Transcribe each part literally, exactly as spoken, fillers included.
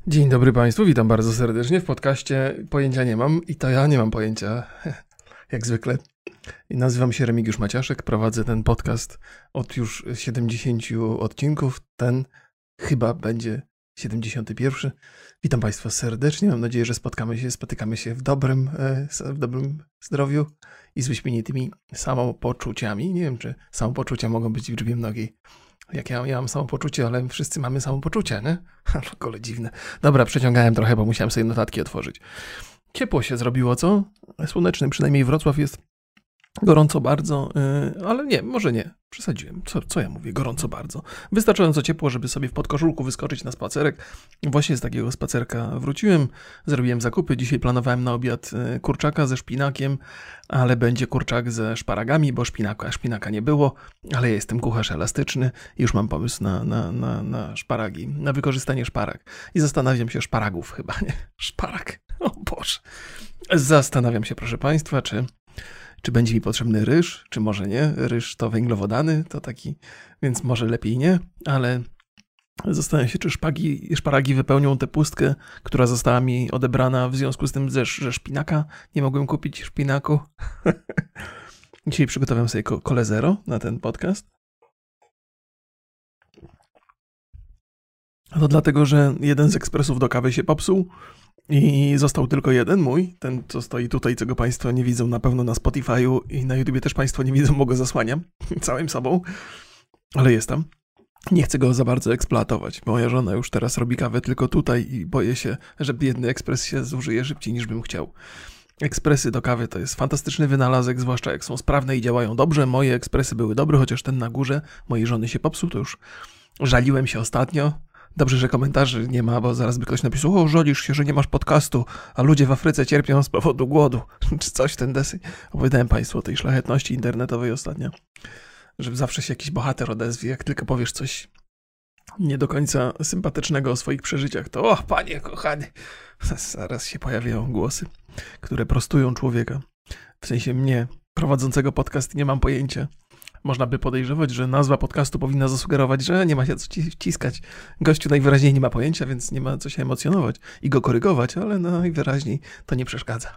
Dzień dobry Państwu, witam bardzo serdecznie w podcaście Pojęcia nie mam i to ja nie mam pojęcia, jak zwykle. I nazywam się Remigiusz Maciaszek, prowadzę ten podcast od już siedemdziesięciu odcinków, ten chyba będzie siedemdziesiąty pierwszy. Witam Państwa serdecznie, mam nadzieję, że spotkamy się, spotykamy się w dobrym, w dobrym zdrowiu i z wyśmienitymi samopoczuciami. Nie wiem, czy samopoczucia mogą być liczbie mnogiej. Jak ja, ja mam samopoczucie, ale wszyscy mamy samopoczucie, nie? W ogóle dziwne. Dobra, przeciągałem trochę, bo musiałem sobie notatki otworzyć. Ciepło się zrobiło, co? Słoneczny, przynajmniej Wrocław jest gorąco bardzo, yy, ale nie, może nie. Przesadziłem. Co, co ja mówię? Gorąco bardzo. Wystarczająco ciepło, żeby sobie w podkoszulku wyskoczyć na spacerek. Właśnie z takiego spacerka wróciłem. Zrobiłem zakupy. Dzisiaj planowałem na obiad kurczaka ze szpinakiem, ale będzie kurczak ze szparagami, bo szpinaka, szpinaka nie było. Ale ja jestem kucharz elastyczny i już mam pomysł na, na, na, na szparagi, na wykorzystanie szparag. I zastanawiam się, szparagów chyba, nie? Szparag. O Boże. Zastanawiam się, proszę Państwa, czy... Czy będzie mi potrzebny ryż, czy może nie? Ryż to węglowodany, to taki, więc może lepiej nie, ale zastanawiam się, czy szpagi, szparagi wypełnią tę pustkę, która została mi odebrana w związku z tym, że, że szpinaka nie mogłem kupić szpinaku. Dzisiaj przygotowałem sobie kole zero na ten podcast. A to dlatego, że jeden z ekspresów do kawy się popsuł. I został tylko jeden mój, ten co stoi tutaj, czego Państwo nie widzą na pewno na Spotify'u i na YouTubie też Państwo nie widzą, bo go zasłaniam całym sobą, ale jest tam. Nie chcę go za bardzo eksploatować, bo moja żona już teraz robi kawę tylko tutaj i boję się, że biedny ekspres się zużyje szybciej niż bym chciał. Ekspresy do kawy to jest fantastyczny wynalazek, zwłaszcza jak są sprawne i działają dobrze. Moje ekspresy były dobre, chociaż ten na górze mojej żony się popsuł, to już żaliłem się ostatnio. Dobrze, że komentarzy nie ma, bo zaraz by ktoś napisał: o, żalisz się, że nie masz podcastu, a ludzie w Afryce cierpią z powodu głodu, czy coś ten desy. Opowiadałem Państwu o tej szlachetności internetowej ostatnio, że zawsze się jakiś bohater odezwie, jak tylko powiesz coś nie do końca sympatycznego o swoich przeżyciach, to o, panie kochany, zaraz się pojawiają głosy, które prostują człowieka. W sensie mnie, prowadzącego podcast, nie mam pojęcia. Można by podejrzewać, że nazwa podcastu powinna zasugerować, że nie ma się co wciskać. Gościu najwyraźniej nie ma pojęcia, więc nie ma co się emocjonować i go korygować, ale najwyraźniej to nie przeszkadza.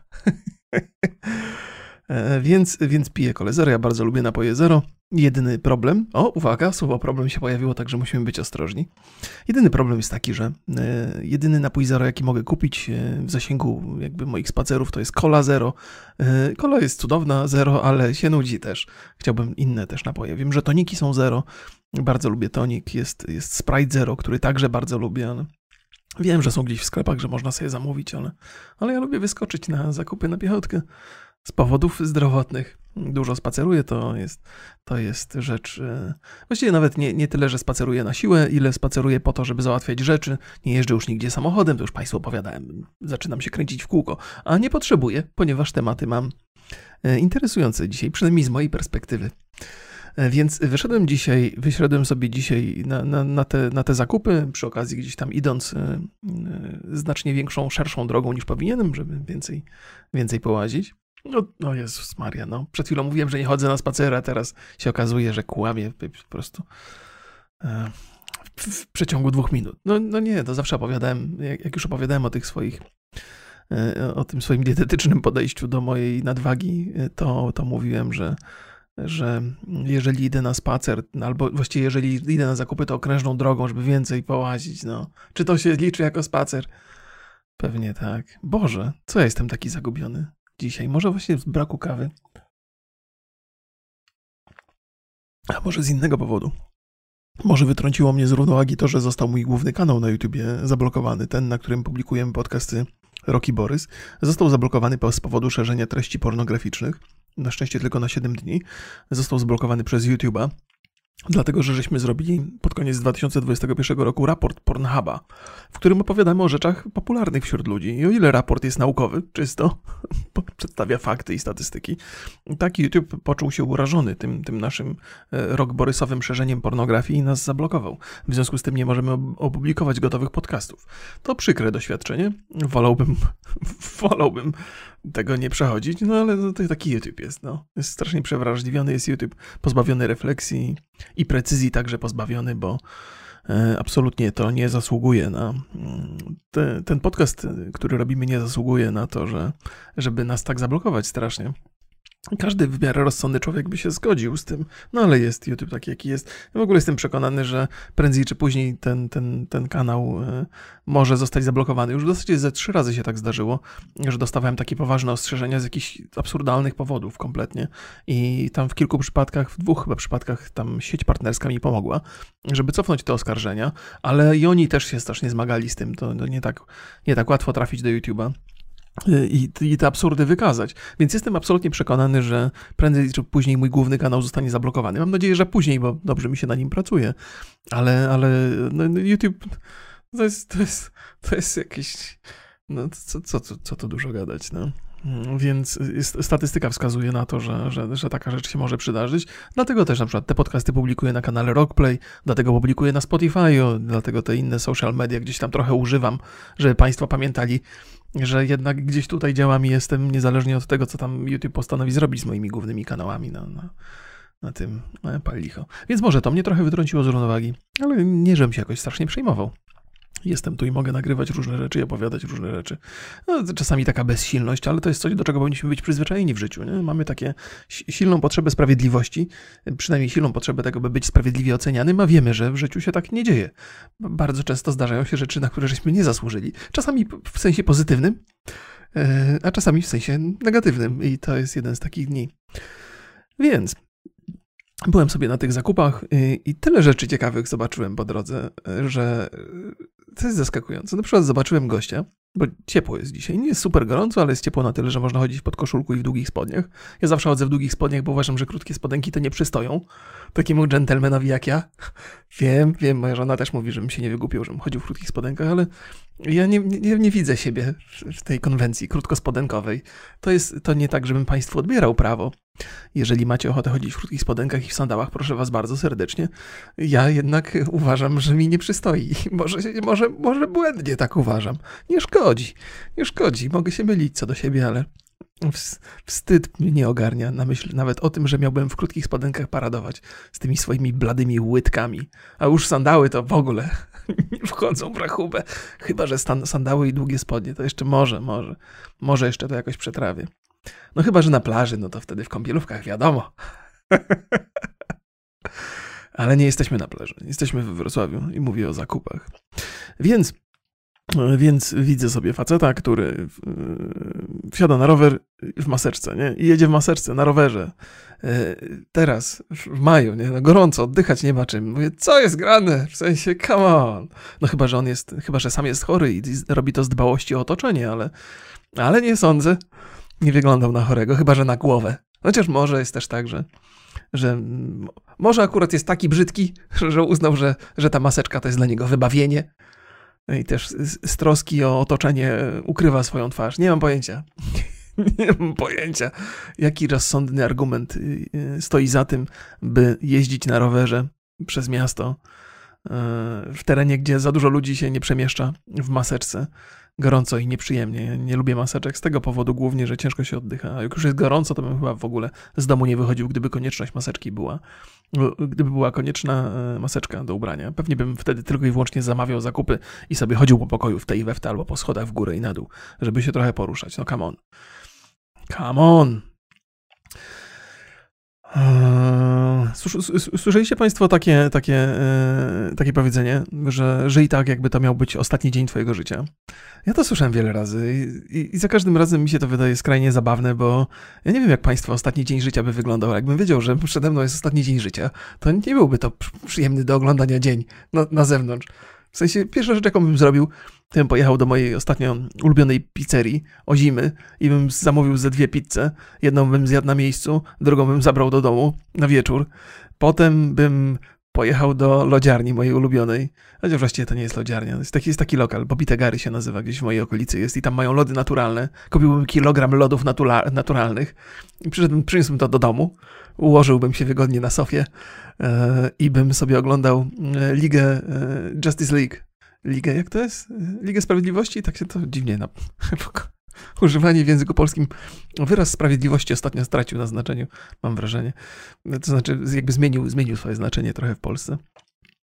więc, więc piję kole zero, ja bardzo lubię napoje zero. Jedyny problem, o uwaga, słowo problem się pojawiło, także musimy być ostrożni. Jedyny problem jest taki, że e, jedyny napój zero, jaki mogę kupić e, w zasięgu jakby moich spacerów, to jest Cola Zero. E, Cola jest cudowna, zero, ale się nudzi też. Chciałbym inne też napoje. Wiem, że toniki są zero, bardzo lubię tonik. Jest, jest Sprite Zero, który także bardzo lubię, ale wiem, że są gdzieś w sklepach, że można sobie zamówić, ale, ale ja lubię wyskoczyć na zakupy na piechotkę. Z powodów zdrowotnych. Dużo spaceruję, to jest, to jest rzecz... Właściwie nawet nie, nie tyle, że spaceruję na siłę, ile spaceruję po to, żeby załatwiać rzeczy. Nie jeżdżę już nigdzie samochodem, to już Państwu opowiadałem. Zaczynam się kręcić w kółko. A nie potrzebuję, ponieważ tematy mam interesujące dzisiaj, przynajmniej z mojej perspektywy. Więc wyszedłem dzisiaj, wyszedłem sobie dzisiaj na, na, na, te, na te zakupy, przy okazji gdzieś tam idąc y, y, znacznie większą, szerszą drogą niż powinienem, żeby więcej, więcej połazić. No, no Jezus Maria, no. Przed chwilą mówiłem, że nie chodzę na spacer, a teraz się okazuje, że kłamię po prostu e, w, w przeciągu dwóch minut. No, no nie, to zawsze opowiadałem, jak, jak już opowiadałem o tych swoich, e, o tym swoim dietetycznym podejściu do mojej nadwagi, to, to mówiłem, że, że jeżeli idę na spacer, albo właściwie jeżeli idę na zakupy, to okrężną drogą, żeby więcej połazić, no. Czy to się liczy jako spacer? Pewnie tak. Boże, co ja jestem taki zagubiony dzisiaj? Może właśnie z braku kawy. A może z innego powodu. Może wytrąciło mnie z równowagi to, że został mój główny kanał na YouTubie zablokowany. Ten, na którym publikujemy podcasty Roki Borys. Został zablokowany z powodu szerzenia treści pornograficznych. Na szczęście tylko na siedem dni. Został zablokowany przez YouTube'a. Dlatego, że żeśmy zrobili pod koniec dwa tysiące dwudziestego pierwszego roku raport Pornhuba, w którym opowiadamy o rzeczach popularnych wśród ludzi. I o ile raport jest naukowy, czysto, przedstawia fakty i statystyki, tak YouTube poczuł się urażony tym, tym naszym rok-borysowym szerzeniem pornografii i nas zablokował. W związku z tym nie możemy opublikować gotowych podcastów. To przykre doświadczenie. Wolałbym, wolałbym tego nie przechodzić, no ale to taki YouTube jest, no. Jest strasznie przewrażliwiony, jest YouTube pozbawiony refleksji i precyzji także pozbawiony, bo, Absolutnie to nie zasługuje na... Te, ten podcast, który robimy, nie zasługuje na to, że, żeby nas tak zablokować strasznie. Każdy w miarę rozsądny człowiek by się zgodził z tym, no ale jest YouTube taki, jaki jest. Ja w ogóle jestem przekonany, że prędzej czy później ten, ten, ten kanał y, może zostać zablokowany. Już w zasadzie ze trzy razy się tak zdarzyło, że dostawałem takie poważne ostrzeżenia z jakichś absurdalnych powodów kompletnie i tam w kilku przypadkach, w dwóch chyba przypadkach tam sieć partnerska mi pomogła, żeby cofnąć te oskarżenia, ale i oni też się strasznie zmagali z tym, to, to nie, tak, nie tak łatwo trafić do YouTube'a. I, I te absurdy wykazać. Więc jestem absolutnie przekonany, że prędzej czy później mój główny kanał zostanie zablokowany. Mam nadzieję, że później, bo dobrze mi się na nim pracuje. Ale, ale no, YouTube to jest, to jest, to jest jakieś... No co, co, co, co tu dużo gadać, no. Więc statystyka wskazuje na to, że, że, że taka rzecz się może przydarzyć. Dlatego też na przykład te podcasty publikuję na kanale Rockplay, dlatego publikuję na Spotify'u, dlatego te inne social media gdzieś tam trochę używam, żeby Państwo pamiętali, że jednak gdzieś tutaj działam i jestem niezależnie od tego, co tam YouTube postanowi zrobić z moimi głównymi kanałami na, na, na tym no, pal licho. Więc może to mnie trochę wytrąciło z równowagi, ale nie, żebym się jakoś strasznie przejmował. Jestem tu i mogę nagrywać różne rzeczy i opowiadać różne rzeczy. No, czasami taka bezsilność, ale to jest coś, do czego powinniśmy być przyzwyczajeni w życiu. Nie? Mamy takie silną potrzebę sprawiedliwości, przynajmniej silną potrzebę tego, by być sprawiedliwie ocenianym, a wiemy, że w życiu się tak nie dzieje. Bardzo często zdarzają się rzeczy, na które żeśmy nie zasłużyli. Czasami w sensie pozytywnym, a czasami w sensie negatywnym i to jest jeden z takich dni. Więc... byłem sobie na tych zakupach i tyle rzeczy ciekawych zobaczyłem po drodze, że to jest zaskakujące. Na przykład zobaczyłem gościa, bo ciepło jest dzisiaj. Nie jest super gorąco, ale jest ciepło na tyle, że można chodzić pod koszulku i w długich spodniach. Ja zawsze chodzę w długich spodniach, bo uważam, że krótkie spodenki to nie przystoją takiemu dżentelmenowi jak ja. Wiem, wiem, moja żona też mówi, żebym się nie wygłupiał, żebym chodził w krótkich spodenkach, ale ja nie, nie, nie widzę siebie w tej konwencji krótkospodenkowej. To jest to nie tak, żebym Państwu odbierał prawo. Jeżeli macie ochotę chodzić w krótkich spodenkach i w sandałach, proszę Was bardzo serdecznie. Ja jednak uważam, że mi nie przystoi. Może, może, może błędnie tak uważam. Nie szkodzi, nie szkodzi. Mogę się mylić co do siebie, ale wstyd mnie ogarnia na myśl nawet o tym, że miałbym w krótkich spodenkach paradować z tymi swoimi bladymi łydkami. A już sandały to w ogóle nie wchodzą w rachubę. Chyba że stan- sandały i długie spodnie to jeszcze może, może. Może jeszcze to jakoś przetrawię. No chyba, że na plaży, no to wtedy w kąpielówkach, wiadomo. Ale nie jesteśmy na plaży. Jesteśmy we Wrocławiu i mówię o zakupach. Więc, więc widzę sobie faceta, który wsiada na rower w maseczce, nie? I jedzie w maseczce, na rowerze. Teraz, w maju, nie? No gorąco, oddychać nie ma czym. Mówię, co jest grane? W sensie, come on. No chyba, że on jest, chyba, że sam jest chory i robi to z dbałości o otoczenie, ale, ale nie sądzę. Nie wyglądał na chorego, chyba że na głowę. Chociaż może jest też tak, że, że może akurat jest taki brzydki, że uznał, że, że ta maseczka to jest dla niego wybawienie. I też z, z troski o otoczenie ukrywa swoją twarz. Nie mam pojęcia. Nie mam pojęcia, jaki rozsądny argument stoi za tym, by jeździć na rowerze przez miasto w terenie, gdzie za dużo ludzi się nie przemieszcza w maseczce. Gorąco i nieprzyjemnie. Ja nie lubię maseczek z tego powodu głównie, że ciężko się oddycha. A jak już jest gorąco, to bym chyba w ogóle z domu nie wychodził, gdyby konieczność maseczki była. Gdyby była konieczna maseczka do ubrania. Pewnie bym wtedy tylko i wyłącznie zamawiał zakupy i sobie chodził po pokoju w tej i we w te, albo po schodach w górę i na dół, żeby się trochę poruszać. No come on. Come on. Słyszeliście Państwo takie, takie, takie powiedzenie, że żyj tak, jakby to miał być ostatni dzień Twojego życia? Ja to słyszałem wiele razy i, i za każdym razem mi się to wydaje skrajnie zabawne, bo ja nie wiem, jak Państwa ostatni dzień życia by wyglądał. Jakbym wiedział, że przede mną jest ostatni dzień życia, to nie byłby to przyjemny do oglądania dzień na, na zewnątrz. W sensie, pierwsza rzecz, jaką bym zrobił, to bym pojechał do mojej ostatnio ulubionej pizzerii o zimy i bym zamówił ze dwie pizze. Jedną bym zjadł na miejscu, drugą bym zabrał do domu na wieczór. Potem bym pojechał do lodziarni mojej ulubionej. Chociaż właściwie to nie jest lodziarnia. Jest taki, jest taki lokal, Popite Gary się nazywa, gdzieś w mojej okolicy jest i tam mają lody naturalne. Kupiłbym kilogram lodów natura- naturalnych i przyszedłbym, przyniósłbym to do domu. Ułożyłbym się wygodnie na sofie yy, i bym sobie oglądał yy, ligę yy, Justice League. Ligę, jak to jest? Ligę Sprawiedliwości? Tak się to dziwnie na... Używanie w języku polskim. Wyraz sprawiedliwości ostatnio stracił na znaczeniu, mam wrażenie. To znaczy jakby zmienił, zmienił swoje znaczenie trochę w Polsce.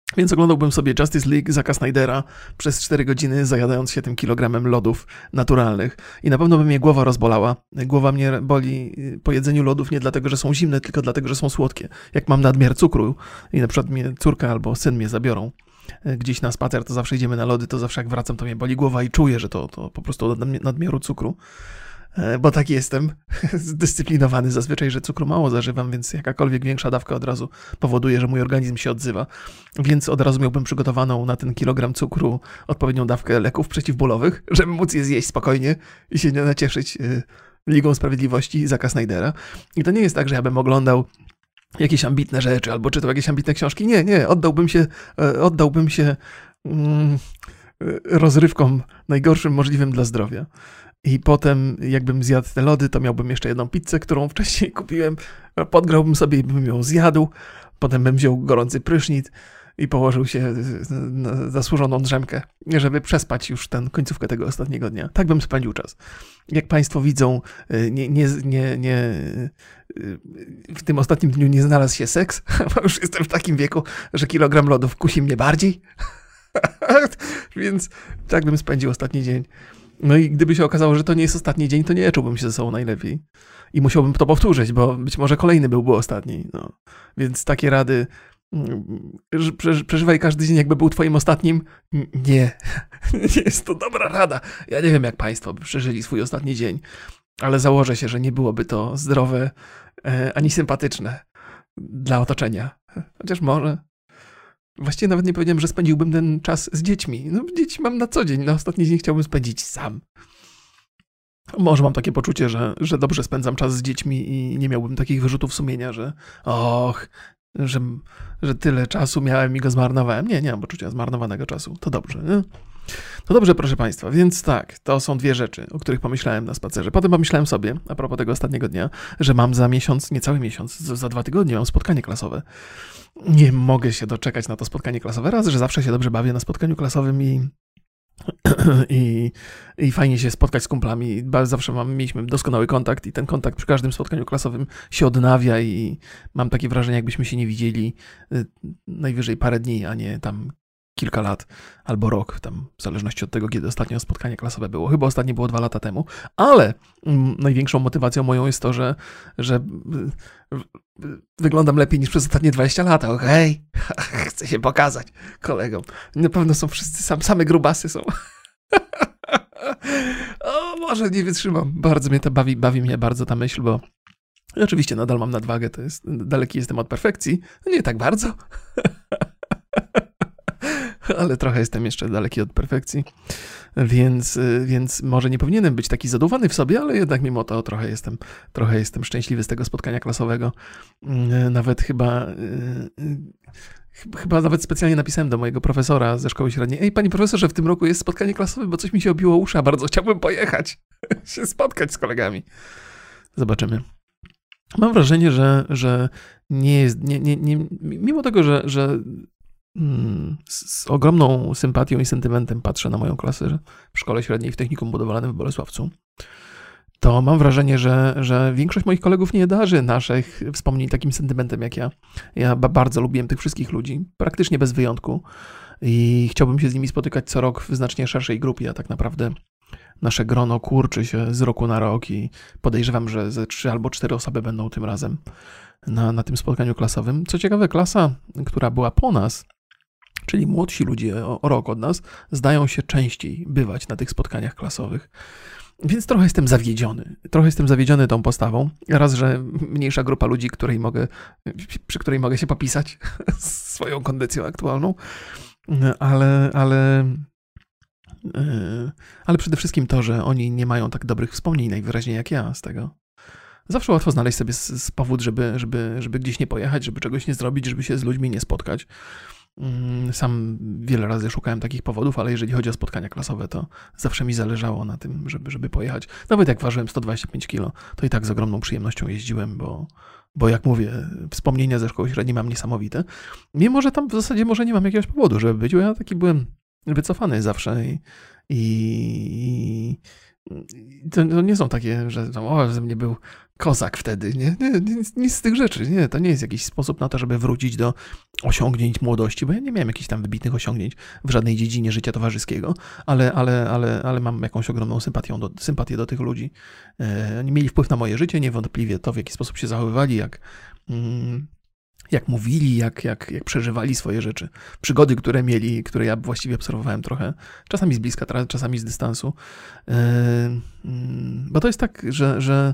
Więc oglądałbym sobie Justice League Zacka Snydera przez cztery godziny, zajadając się tym kilogramem lodów naturalnych. I na pewno by mnie głowa rozbolała. Głowa mnie boli po jedzeniu lodów nie dlatego, że są zimne, tylko dlatego, że są słodkie. Jak mam nadmiar cukru i na przykład mnie córka albo syn mnie zabiorą gdzieś na spacer, to zawsze idziemy na lody, to zawsze jak wracam, to mnie boli głowa i czuję, że to, to po prostu od nadmiaru cukru. Bo taki jestem, zdyscyplinowany zazwyczaj, że cukru mało zażywam, więc jakakolwiek większa dawka od razu powoduje, że mój organizm się odzywa. Więc od razu miałbym przygotowaną na ten kilogram cukru odpowiednią dawkę leków przeciwbólowych, żeby móc je zjeść spokojnie i się nie nacieszyć Ligą Sprawiedliwości Zacka Snydera. I to nie jest tak, że ja bym oglądał jakieś ambitne rzeczy albo czytał jakieś ambitne książki. Nie, nie, oddałbym się, oddałbym się mm, rozrywkom najgorszym możliwym dla zdrowia. I potem, jakbym zjadł te lody, to miałbym jeszcze jedną pizzę, którą wcześniej kupiłem, podgrałbym sobie i bym ją zjadł, potem bym wziął gorący prysznic i położył się na zasłużoną drzemkę, żeby przespać już tę końcówkę tego ostatniego dnia. Tak bym spędził czas. Jak Państwo widzą, nie, nie, nie, nie, w tym ostatnim dniu nie znalazł się seks, bo już jestem w takim wieku, że kilogram lodów kusi mnie bardziej. Więc tak bym spędził ostatni dzień. No i gdyby się okazało, że to nie jest ostatni dzień, to nie czułbym się ze sobą najlepiej. I musiałbym to powtórzyć, bo być może kolejny byłby ostatni. No. Więc takie rady, przeżywaj każdy dzień, jakby był twoim ostatnim. Nie. Nie jest to dobra rada. Ja nie wiem, jak Państwo by przeżyli swój ostatni dzień, ale założę się, że nie byłoby to zdrowe ani sympatyczne dla otoczenia. Chociaż może... Właściwie nawet nie powiedziałem, że spędziłbym ten czas z dziećmi. No, dzieci mam na co dzień, na ostatni dzień chciałbym spędzić sam. Może mam takie poczucie, że, że dobrze spędzam czas z dziećmi i nie miałbym takich wyrzutów sumienia, że och, że, że tyle czasu miałem i go zmarnowałem. Nie, nie mam poczucia zmarnowanego czasu. To dobrze, nie? To dobrze, proszę Państwa, więc tak, to są dwie rzeczy, o których pomyślałem na spacerze. Potem pomyślałem sobie, a propos tego ostatniego dnia, że mam za miesiąc, niecały miesiąc, za dwa tygodnie mam spotkanie klasowe. Nie mogę się doczekać na to spotkanie klasowe. Raz, że zawsze się dobrze bawię na spotkaniu klasowym i, i, i fajnie się spotkać z kumplami. Zawsze mam, mieliśmy doskonały kontakt i ten kontakt przy każdym spotkaniu klasowym się odnawia i mam takie wrażenie, jakbyśmy się nie widzieli najwyżej parę dni, a nie tam kilka lat albo rok, tam w zależności od tego, kiedy ostatnio spotkanie klasowe było. Chyba ostatnie było dwa lata temu, ale mm, największą motywacją moją jest to, że, że wyglądam lepiej niż przez ostatnie dwadzieścia lat. Okej, okay. Chcę się pokazać kolegom. Na pewno są wszyscy, sam, same grubasy są. O, może nie wytrzymam. Bardzo mnie to bawi, bawi mnie bardzo ta myśl, bo oczywiście nadal mam nadwagę, to jest, daleki jestem od perfekcji. Nie tak bardzo. Ale trochę jestem jeszcze daleki od perfekcji, więc, więc może nie powinienem być taki zadowolony w sobie, ale jednak mimo to trochę jestem, trochę jestem szczęśliwy z tego spotkania klasowego. Nawet chyba, chyba nawet specjalnie napisałem do mojego profesora ze szkoły średniej: ej, panie profesorze, w tym roku jest spotkanie klasowe, bo coś mi się obiło usza, bardzo chciałbym pojechać, się spotkać z kolegami. Zobaczymy. Mam wrażenie, że, że nie jest, nie, nie, nie, mimo tego, że, że z ogromną sympatią i sentymentem patrzę na moją klasę w szkole średniej w technikum budowlanym w Bolesławcu, to mam wrażenie, że, że większość moich kolegów nie darzy naszych wspomnień takim sentymentem jak ja. Ja bardzo lubiłem tych wszystkich ludzi, praktycznie bez wyjątku, i chciałbym się z nimi spotykać co rok w znacznie szerszej grupie, a tak naprawdę nasze grono kurczy się z roku na rok i podejrzewam, że ze trzy albo cztery osoby będą tym razem na, na tym spotkaniu klasowym. Co ciekawe, klasa, która była po nas, czyli młodsi ludzie o, o rok od nas, zdają się częściej bywać na tych spotkaniach klasowych. Więc trochę jestem zawiedziony. Trochę jestem zawiedziony tą postawą. Raz, że mniejsza grupa ludzi, której mogę, przy której mogę się popisać swoją kondycją aktualną, ale, ale, ale przede wszystkim to, że oni nie mają tak dobrych wspomnień najwyraźniej jak ja z tego. Zawsze łatwo znaleźć sobie z, z powód, żeby, żeby, żeby gdzieś nie pojechać, żeby czegoś nie zrobić, żeby się z ludźmi nie spotkać. Sam wiele razy szukałem takich powodów, ale jeżeli chodzi o spotkania klasowe, to zawsze mi zależało na tym, żeby, żeby pojechać. Nawet jak ważyłem sto dwadzieścia pięć kilo, to i tak z ogromną przyjemnością jeździłem, bo, bo jak mówię, wspomnienia ze szkoły średniej mam niesamowite. Mimo że tam w zasadzie może nie mam jakiegoś powodu, żeby być, bo ja taki byłem wycofany zawsze i, i to, to nie są takie, że o, że mnie był kozak wtedy, nie? nie? Nic, nic z tych rzeczy, nie? To nie jest jakiś sposób na to, żeby wrócić do osiągnięć młodości, bo ja nie miałem jakichś tam wybitnych osiągnięć w żadnej dziedzinie życia towarzyskiego, ale, ale, ale, ale mam jakąś ogromną sympatię do, sympatię do tych ludzi. E, oni mieli wpływ na moje życie, niewątpliwie to, w jaki sposób się zachowywali, jak... Mm, jak mówili, jak, jak, jak przeżywali swoje rzeczy. Przygody, które mieli, które ja właściwie obserwowałem trochę, czasami z bliska, czasami z dystansu. Bo to jest tak, że, że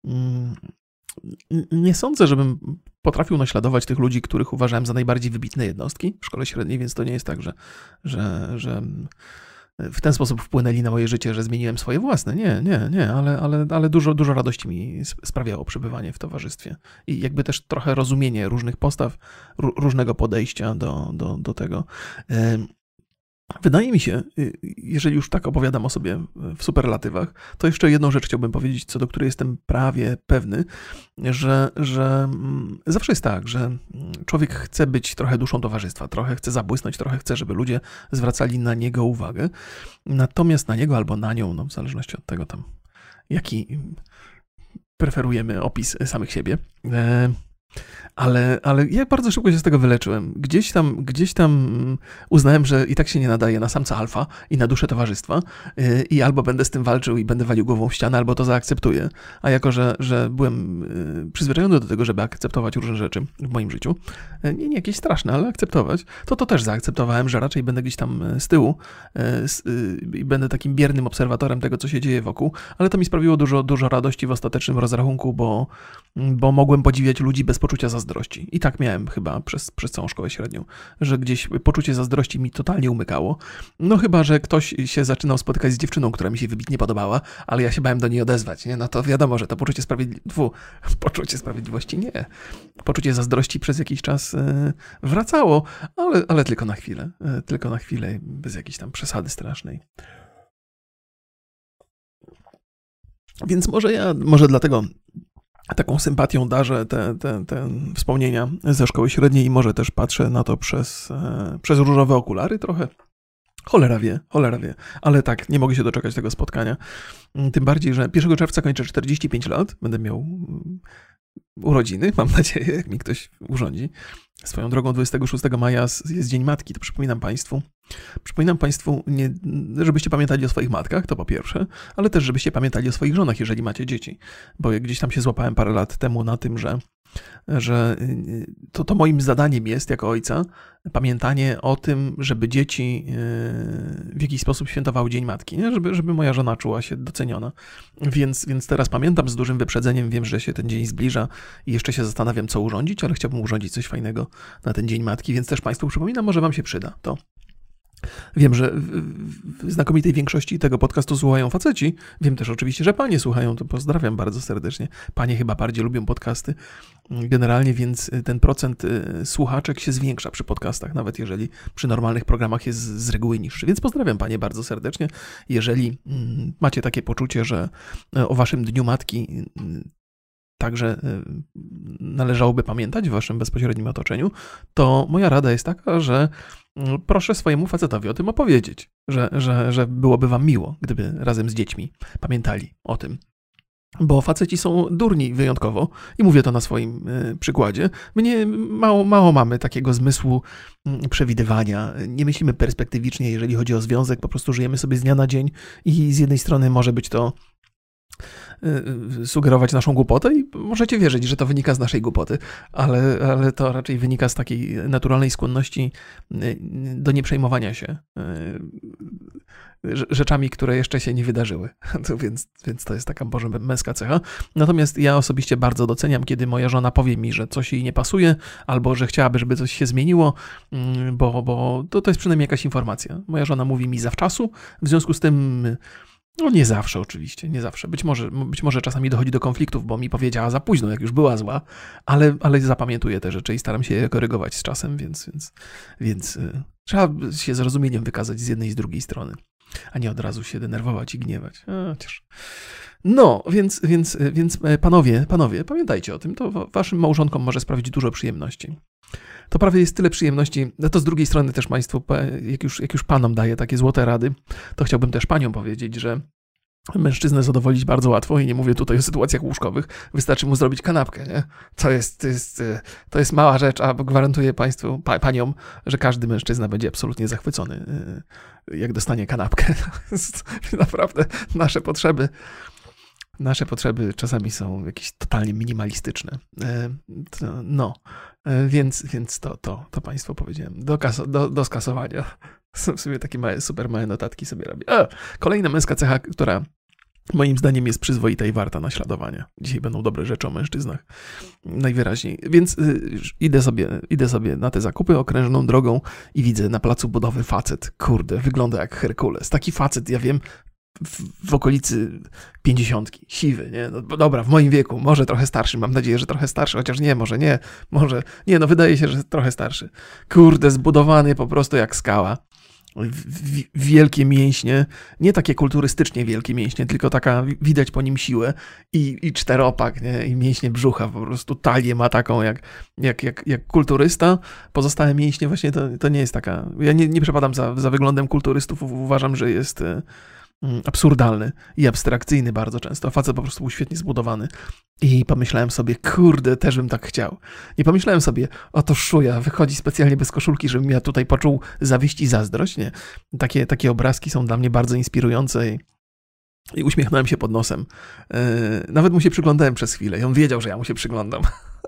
nie sądzę, żebym potrafił naśladować tych ludzi, których uważałem za najbardziej wybitne jednostki w szkole średniej, więc to nie jest tak, że, że, że w ten sposób wpłynęli na moje życie, że zmieniłem swoje własne. Nie, nie, nie, ale, ale, ale dużo, dużo radości mi sprawiało przebywanie w towarzystwie. I jakby też trochę rozumienie różnych postaw, różnego podejścia do, do, do tego. Wydaje mi się, jeżeli już tak opowiadam o sobie w superlatywach, to jeszcze jedną rzecz chciałbym powiedzieć, co do której jestem prawie pewny, że, że zawsze jest tak, że człowiek chce być trochę duszą towarzystwa, trochę chce zabłysnąć, trochę chce, żeby ludzie zwracali na niego uwagę, natomiast na niego albo na nią, no w zależności od tego tam, jaki preferujemy opis samych siebie, Ale, ale ja bardzo szybko się z tego wyleczyłem. Gdzieś tam, gdzieś tam uznałem, że i tak się nie nadaje na samca alfa i na duszę towarzystwa i albo będę z tym walczył i będę walił głową w ścianę, albo to zaakceptuję. A jako, że, że byłem przyzwyczajony do tego, żeby akceptować różne rzeczy w moim życiu, nie, nie jakieś straszne, ale akceptować, to to też zaakceptowałem, że raczej będę gdzieś tam z tyłu i będę takim biernym obserwatorem tego, co się dzieje wokół, ale to mi sprawiło dużo, dużo radości w ostatecznym rozrachunku, bo, bo mogłem podziwiać ludzi bez poczucia zazdrości. I tak miałem chyba przez, przez całą szkołę średnią, że gdzieś poczucie zazdrości mi totalnie umykało. No chyba, że ktoś się zaczynał spotykać z dziewczyną, która mi się wybitnie podobała, ale ja się bałem do niej odezwać, nie? No to wiadomo, że to poczucie sprawiedliwości, poczucie sprawiedliwości nie. Poczucie zazdrości przez jakiś czas wracało, ale, ale tylko na chwilę. Tylko na chwilę, bez jakiejś tam przesady strasznej. Więc może ja, może dlatego taką sympatią darzę te, te, te wspomnienia ze szkoły średniej i może też patrzę na to przez, przez różowe okulary trochę. Cholera wie, cholera wie. Ale tak, nie mogę się doczekać tego spotkania. Tym bardziej, że pierwszego czerwca kończę czterdzieści pięć lat. Będę miał urodziny, mam nadzieję, jak mi ktoś urządzi. Swoją drogą dwudziestego szóstego maja jest Dzień Matki, to przypominam Państwu. Przypominam Państwu, nie, żebyście pamiętali o swoich matkach, to po pierwsze, ale też żebyście pamiętali o swoich żonach, jeżeli macie dzieci. Bo gdzieś tam się złapałem parę lat temu na tym, że, że to, to moim zadaniem jest, jako ojca, pamiętanie o tym, żeby dzieci w jakiś sposób świętowały Dzień Matki, nie? Żeby, żeby moja żona czuła się doceniona. Więc, więc teraz pamiętam z dużym wyprzedzeniem, wiem, że się ten dzień zbliża i jeszcze się zastanawiam, co urządzić, ale chciałbym urządzić coś fajnego na ten Dzień Matki, więc też Państwu przypominam, może Wam się przyda to. Wiem, że w znakomitej większości tego podcastu słuchają faceci. Wiem też oczywiście, że panie słuchają, to pozdrawiam bardzo serdecznie. Panie chyba bardziej lubią podcasty generalnie, więc ten procent słuchaczek się zwiększa przy podcastach, nawet jeżeli przy normalnych programach jest z reguły niższy. Więc pozdrawiam panie bardzo serdecznie. Jeżeli macie takie poczucie, że o waszym Dniu Matki także należałoby pamiętać w waszym bezpośrednim otoczeniu, to moja rada jest taka, że proszę swojemu facetowi o tym opowiedzieć, że, że, że byłoby wam miło, gdyby razem z dziećmi pamiętali o tym. Bo faceci są durni wyjątkowo i mówię to na swoim y, przykładzie. My nie, mało, mało mamy takiego zmysłu y, przewidywania. Nie myślimy perspektywicznie, jeżeli chodzi o związek. Po prostu żyjemy sobie z dnia na dzień i z jednej strony może być to sugerować naszą głupotę i możecie wierzyć, że to wynika z naszej głupoty, ale, ale to raczej wynika z takiej naturalnej skłonności do nieprzejmowania się rzeczami, które jeszcze się nie wydarzyły. To więc, więc to jest taka może męska cecha. Natomiast ja osobiście bardzo doceniam, kiedy moja żona powie mi, że coś jej nie pasuje, albo że chciałaby, żeby coś się zmieniło, bo, bo to, to jest przynajmniej jakaś informacja. Moja żona mówi mi zawczasu, w związku z tym no nie zawsze oczywiście, nie zawsze. Być może, być może czasami dochodzi do konfliktów, bo mi powiedziała za późno, jak już była zła, ale, ale zapamiętuję te rzeczy i staram się je korygować z czasem, więc, więc, więc y, trzeba się zrozumieniem wykazać z jednej i z drugiej strony, a nie od razu się denerwować i gniewać. A, chociaż... No, więc, więc, więc panowie, panowie, pamiętajcie o tym, to waszym małżonkom może sprawić dużo przyjemności. To prawie jest tyle przyjemności, no to z drugiej strony też państwu, jak już, jak już panom daję takie złote rady, to chciałbym też paniom powiedzieć, że mężczyznę zadowolić bardzo łatwo i nie mówię tutaj o sytuacjach łóżkowych, wystarczy mu zrobić kanapkę, nie? To jest, to jest, to jest mała rzecz, a gwarantuję państwu, pa, paniom, że każdy mężczyzna będzie absolutnie zachwycony, jak dostanie kanapkę. Naprawdę nasze potrzeby, nasze potrzeby czasami są jakieś totalnie minimalistyczne. No, więc, więc to, to, to państwu powiedziałem. Do, kaso, do, do skasowania. W sumie takie małe, super małe notatki sobie robię. A, kolejna męska cecha, która moim zdaniem jest przyzwoita i warta naśladowania. Dzisiaj będą dobre rzeczy o mężczyznach. Najwyraźniej. Więc y, idę, sobie, idę sobie na te zakupy okrężną drogą i widzę na placu budowy facet. Kurde, wygląda jak Herkules. Taki facet, ja wiem, w, w okolicy pięćdziesiątki. Siwy, nie? No, dobra, w moim wieku. Może trochę starszy. Mam nadzieję, że trochę starszy. Chociaż nie, może nie. Może... Nie, no wydaje się, że trochę starszy. Kurde, zbudowany po prostu jak skała. Wielkie mięśnie, nie takie kulturystycznie wielkie mięśnie, tylko taka, widać po nim siłę i, i czteropak, nie? I mięśnie brzucha, po prostu talię ma taką jak, jak, jak, jak kulturysta. Pozostałe mięśnie właśnie to, to nie jest taka, ja nie, nie przepadam za, za wyglądem kulturystów, uważam, że jest absurdalny i abstrakcyjny bardzo często. Facet po prostu był świetnie zbudowany. I pomyślałem sobie, kurde, też bym tak chciał. Nie pomyślałem sobie, oto szuja, wychodzi specjalnie bez koszulki, żebym ja tutaj poczuł zawiść i zazdrość. Nie. Takie, takie obrazki są dla mnie bardzo inspirujące i, i uśmiechnąłem się pod nosem. Yy, nawet mu się przyglądałem przez chwilę i on wiedział, że ja mu się przyglądam.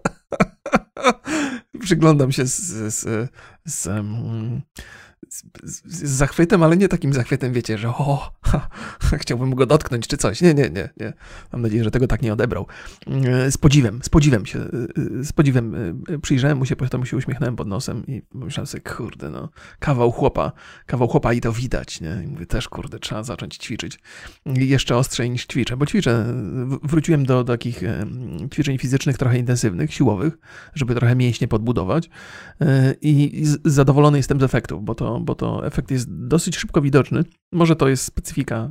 Przyglądam się z... z, z, z um, Z, z, z zachwytem, ale nie takim zachwytem, wiecie, że o, ha, chciałbym go dotknąć czy coś. Nie, nie, nie, nie. Mam nadzieję, że tego tak nie odebrał. Z podziwem, z podziwem się, z podziwem przyjrzałem mu się, potem mu się uśmiechnąłem pod nosem i myślałem sobie, kurde, no, kawał chłopa, kawał chłopa i to widać, nie? I mówię, też, kurde, trzeba zacząć ćwiczyć. I jeszcze ostrzej niż ćwiczę, bo ćwiczę, wróciłem do, do takich ćwiczeń fizycznych trochę intensywnych, siłowych, żeby trochę mięśnie podbudować i zadowolony jestem z efektów, bo to bo to efekt jest dosyć szybko widoczny. Może to jest specyfika,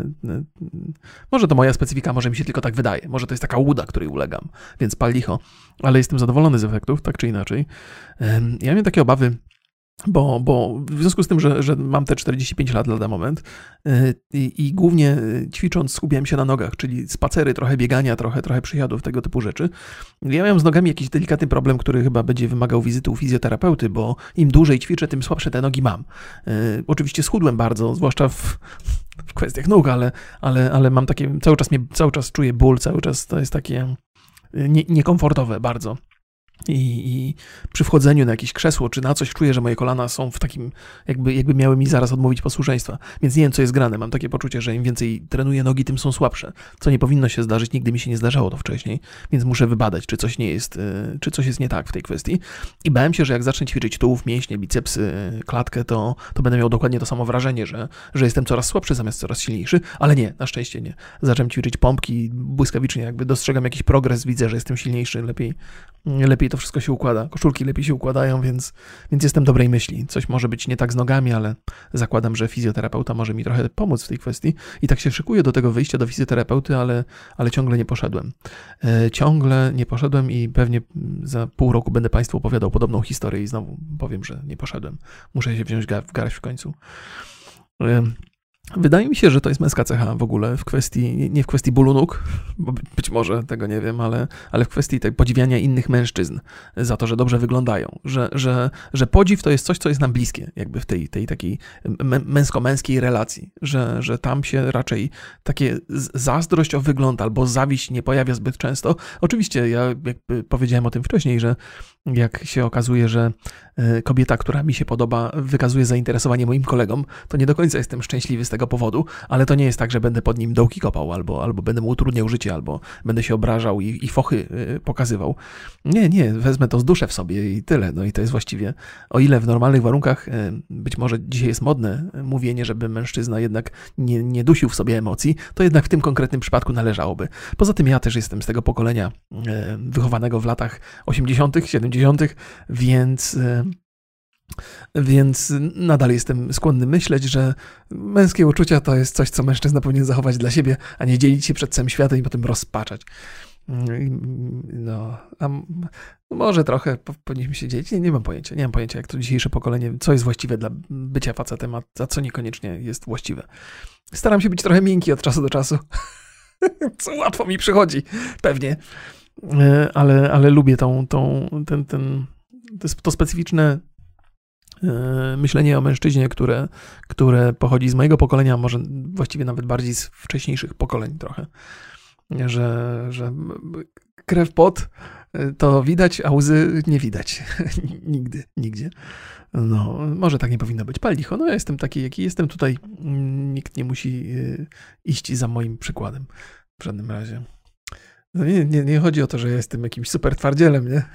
może to moja specyfika, może mi się tylko tak wydaje. Może to jest taka łuda, której ulegam, więc pal licho. Ale jestem zadowolony z efektów, tak czy inaczej. Ja miałem takie obawy, Bo, bo w związku z tym, że, że mam te czterdzieści pięć lat lada moment i, i głównie ćwicząc skupiałem się na nogach, czyli spacery, trochę biegania, trochę, trochę przysiadów, tego typu rzeczy. Ja miałem z nogami jakiś delikatny problem, który chyba będzie wymagał wizyty u fizjoterapeuty, bo im dłużej ćwiczę, tym słabsze te nogi mam. Oczywiście schudłem bardzo, zwłaszcza w, w kwestiach nóg, ale, ale, ale mam takie, cały czas, mnie, cały czas czuję ból, cały czas to jest takie nie, niekomfortowe bardzo. I, I przy wchodzeniu na jakieś krzesło czy na coś czuję, że moje kolana są w takim, jakby, jakby miały mi zaraz odmówić posłuszeństwa. Więc nie wiem, co jest grane. Mam takie poczucie, że im więcej trenuję nogi, tym są słabsze. Co nie powinno się zdarzyć, nigdy mi się nie zdarzało to wcześniej. Więc muszę wybadać, czy coś nie jest, czy coś jest nie tak w tej kwestii. I bałem się, że jak zacznę ćwiczyć tułów, mięśnie, bicepsy, klatkę, to, to będę miał dokładnie to samo wrażenie, że, że jestem coraz słabszy zamiast coraz silniejszy. Ale nie, na szczęście nie. Zacząłem ćwiczyć pompki błyskawicznie, jakby dostrzegam jakiś progres, widzę, że jestem silniejszy, lepiej, lepiej to wszystko się układa. Koszulki lepiej się układają, więc, więc jestem dobrej myśli. Coś może być nie tak z nogami, ale zakładam, że fizjoterapeuta może mi trochę pomóc w tej kwestii. I tak się szykuję do tego wyjścia do fizjoterapeuty, ale, ale ciągle nie poszedłem. E, ciągle nie poszedłem i pewnie za pół roku będę Państwu opowiadał podobną historię i znowu powiem, że nie poszedłem. Muszę się wziąć w garść w końcu. E, Wydaje mi się, że to jest męska cecha w ogóle, w kwestii, nie w kwestii bólu nóg, bo być może tego nie wiem, ale, ale w kwestii tak podziwiania innych mężczyzn za to, że dobrze wyglądają, że, że, że podziw to jest coś, co jest nam bliskie, jakby w tej, tej takiej męsko-męskiej relacji, że, że tam się raczej takie zazdrość o wygląd albo zawiść nie pojawia zbyt często. Oczywiście ja jakby powiedziałem o tym wcześniej, że jak się okazuje, że kobieta, która mi się podoba, wykazuje zainteresowanie moim kolegom, to nie do końca jestem szczęśliwy z tego powodu, ale to nie jest tak, że będę pod nim dołki kopał, albo, albo będę mu utrudniał życie, albo będę się obrażał i, i fochy pokazywał. Nie, nie, wezmę to z duszę w sobie i tyle. No i to jest właściwie, o ile w normalnych warunkach, być może dzisiaj jest modne mówienie, żeby mężczyzna jednak nie, nie dusił w sobie emocji, to jednak w tym konkretnym przypadku należałoby. Poza tym ja też jestem z tego pokolenia wychowanego w latach osiemdziesiątych, siedemdziesiątych, więc... Więc nadal jestem skłonny myśleć, że męskie uczucia to jest coś, co mężczyzna powinien zachować dla siebie, a nie dzielić się przed całym światem i potem rozpaczać. No, a może trochę powinniśmy się dzielić. Nie, nie mam pojęcia. Nie mam pojęcia, jak to dzisiejsze pokolenie, co jest właściwe dla bycia facetem, a co niekoniecznie jest właściwe. Staram się być trochę miękki od czasu do czasu. Co łatwo mi przychodzi, pewnie. Ale, ale lubię tą, tą, ten, ten, to specyficzne myślenie o mężczyźnie, które, które pochodzi z mojego pokolenia, może właściwie nawet bardziej z wcześniejszych pokoleń trochę. Że, że krew, pot to widać, a łzy nie widać. Nigdy, nigdzie. No, może tak nie powinno być. Pal licho, no ja jestem taki, jaki jestem tutaj. Nikt nie musi iść za moim przykładem. W żadnym razie. No nie, nie, nie chodzi o to, że ja jestem jakimś super twardzielem, nie?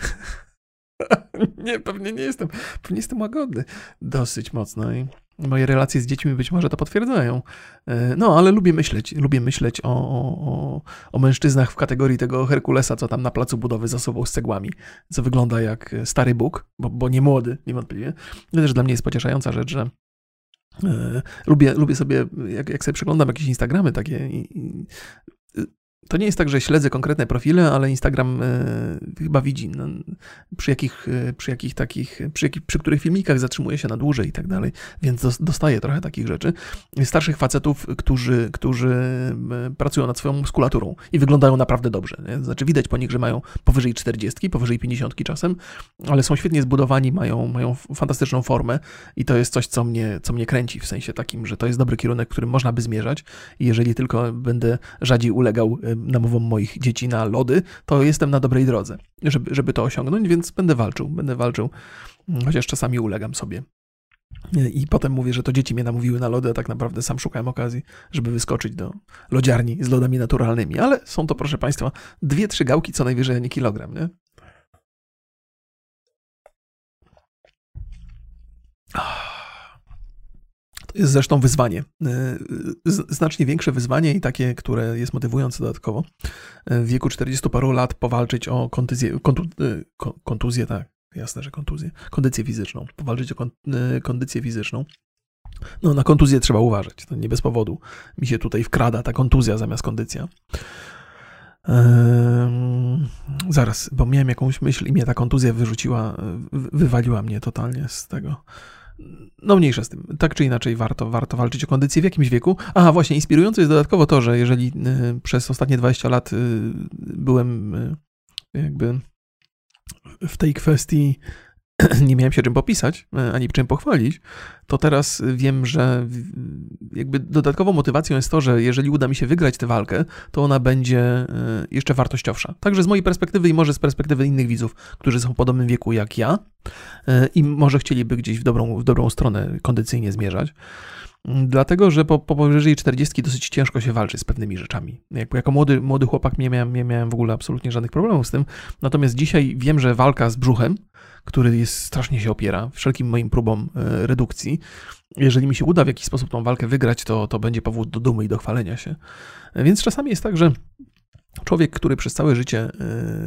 Nie, pewnie nie jestem. Pewnie jestem łagodny dosyć mocno i moje relacje z dziećmi być może to potwierdzają. No, ale lubię myśleć. Lubię myśleć o, o, o mężczyznach w kategorii tego Herkulesa, co tam na placu budowy zasuwał z cegłami, co wygląda jak stary Bóg, bo, bo nie młody, niewątpliwie. To też dla mnie jest pocieszająca rzecz, że e, lubię, lubię sobie, jak, jak sobie przeglądam jakieś Instagramy takie i, i, to nie jest tak, że śledzę konkretne profile, ale Instagram e, chyba widzi, no, przy jakich, e, przy jakich takich, przy, jakich, przy których filmikach zatrzymuje się na dłużej i tak dalej, więc dos, dostaję trochę takich rzeczy. Starszych facetów, którzy, którzy e, pracują nad swoją muskulaturą i wyglądają naprawdę dobrze. Nie? Znaczy widać po nich, że mają powyżej czterdziestki, powyżej pięćdziesiątki czasem, ale są świetnie zbudowani, mają, mają fantastyczną formę i to jest coś, co mnie, co mnie kręci w sensie takim, że to jest dobry kierunek, którym można by zmierzać i jeżeli tylko będę rzadziej ulegał namowom moich dzieci na lody, to jestem na dobrej drodze, żeby, żeby to osiągnąć, więc będę walczył, będę walczył, chociaż czasami ulegam sobie. I potem mówię, że to dzieci mnie namówiły na lody, a tak naprawdę sam szukałem okazji, żeby wyskoczyć do lodziarni z lodami naturalnymi, ale są to, proszę Państwa, dwie, trzy gałki, co najwyżej, a nie kilogram, nie? To jest zresztą wyzwanie. Znacznie większe wyzwanie i takie, które jest motywujące dodatkowo. W wieku czterdziestu paru lat powalczyć o kontuzję, kontu, kontuzję, tak, jasne, że kontuzję, kondycję fizyczną. Powalczyć o kondycję fizyczną. No, na kontuzję trzeba uważać. To nie bez powodu mi się tutaj wkrada ta kontuzja zamiast kondycja. Ehm, zaraz, bo miałem jakąś myśl i mnie ta kontuzja wyrzuciła, wywaliła mnie totalnie z tego. No mniejsza z tym. Tak czy inaczej warto, warto walczyć o kondycję w jakimś wieku. Aha, właśnie, inspirujące jest dodatkowo to, że jeżeli y, przez ostatnie dwadzieścia lat y, byłem y, jakby w tej kwestii nie miałem się czym popisać, ani czym pochwalić, to teraz wiem, że jakby dodatkową motywacją jest to, że jeżeli uda mi się wygrać tę walkę, to ona będzie jeszcze wartościowsza. Także z mojej perspektywy i może z perspektywy innych widzów, którzy są w podobnym wieku jak ja i może chcieliby gdzieś w dobrą, w dobrą stronę kondycyjnie zmierzać. Dlatego, że po, po powyżej czterdziestki dosyć ciężko się walczy z pewnymi rzeczami. Jak, jako młody, młody chłopak nie miałem, nie miałem w ogóle absolutnie żadnych problemów z tym. Natomiast dzisiaj wiem, że walka z brzuchem, który jest, strasznie się opiera wszelkim moim próbom e, redukcji, jeżeli mi się uda w jakiś sposób tą walkę wygrać, to, to będzie powód do dumy i do chwalenia się. Więc czasami jest tak, że człowiek, który przez całe życie e,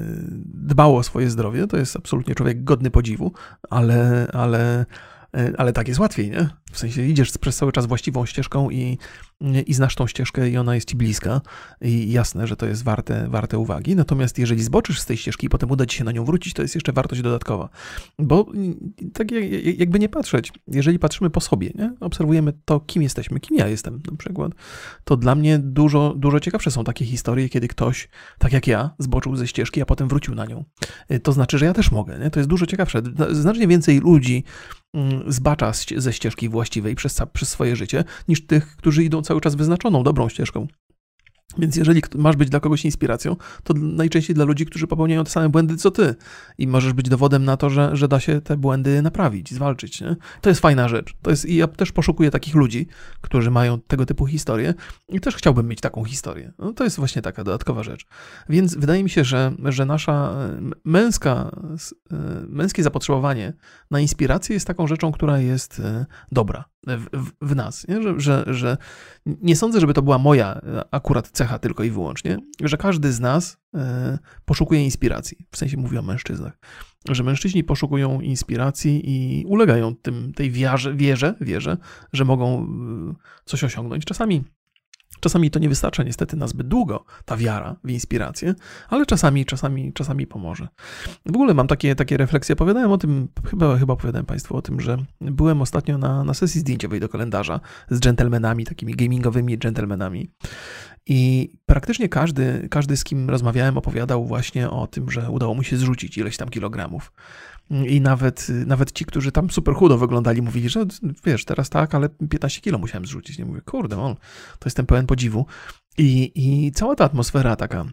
dbał o swoje zdrowie, to jest absolutnie człowiek godny podziwu, ale, ale Ale tak jest łatwiej, nie? W sensie idziesz przez cały czas właściwą ścieżką i, i znasz tą ścieżkę i ona jest ci bliska i jasne, że to jest warte, warte uwagi. Natomiast jeżeli zboczysz z tej ścieżki i potem uda ci się na nią wrócić, to jest jeszcze wartość dodatkowa. Bo tak jakby nie patrzeć, jeżeli patrzymy po sobie, nie? Obserwujemy to, kim jesteśmy, kim ja jestem na przykład, to dla mnie dużo, dużo ciekawsze są takie historie, kiedy ktoś, tak jak ja, zboczył ze ścieżki, a potem wrócił na nią. To znaczy, że ja też mogę, nie? To jest dużo ciekawsze. Znacznie więcej ludzi zbacza ze ścieżki właściwej przez, przez swoje życie, niż tych, którzy idą cały czas wyznaczoną, dobrą ścieżką. Więc jeżeli masz być dla kogoś inspiracją, to najczęściej dla ludzi, którzy popełniają te same błędy co ty. I możesz być dowodem na to, że, że da się te błędy naprawić, zwalczyć. Nie? To jest fajna rzecz. To jest, i ja też poszukuję takich ludzi, którzy mają tego typu historie i też chciałbym mieć taką historię. No, to jest właśnie taka dodatkowa rzecz. Więc wydaje mi się, że, że nasza męska, męskie zapotrzebowanie na inspirację jest taką rzeczą, która jest dobra w, w, w nas. Nie? Że, że, że nie sądzę, żeby to była moja akurat cecha tylko i wyłącznie, że każdy z nas e, poszukuje inspiracji. W sensie mówię o mężczyznach. Że mężczyźni poszukują inspiracji i ulegają tym, tej wierze, wierze, wierze, że mogą coś osiągnąć. Czasami Czasami to nie wystarcza niestety na zbyt długo, ta wiara w inspirację, ale czasami, czasami, czasami pomoże. W ogóle mam takie, takie refleksje, opowiadałem o tym, chyba, chyba opowiadałem Państwu o tym, że byłem ostatnio na, na sesji zdjęciowej do kalendarza z dżentelmenami, takimi gamingowymi dżentelmenami. I praktycznie każdy, każdy, z kim rozmawiałem, opowiadał właśnie o tym, że udało mu się zrzucić ileś tam kilogramów. I nawet, nawet ci, którzy tam super chudo wyglądali, mówili, że wiesz, teraz tak, ale piętnaście kilo musiałem zrzucić. Nie mówię, kurde, on, to jestem pełen podziwu. I, i cała ta atmosfera taka,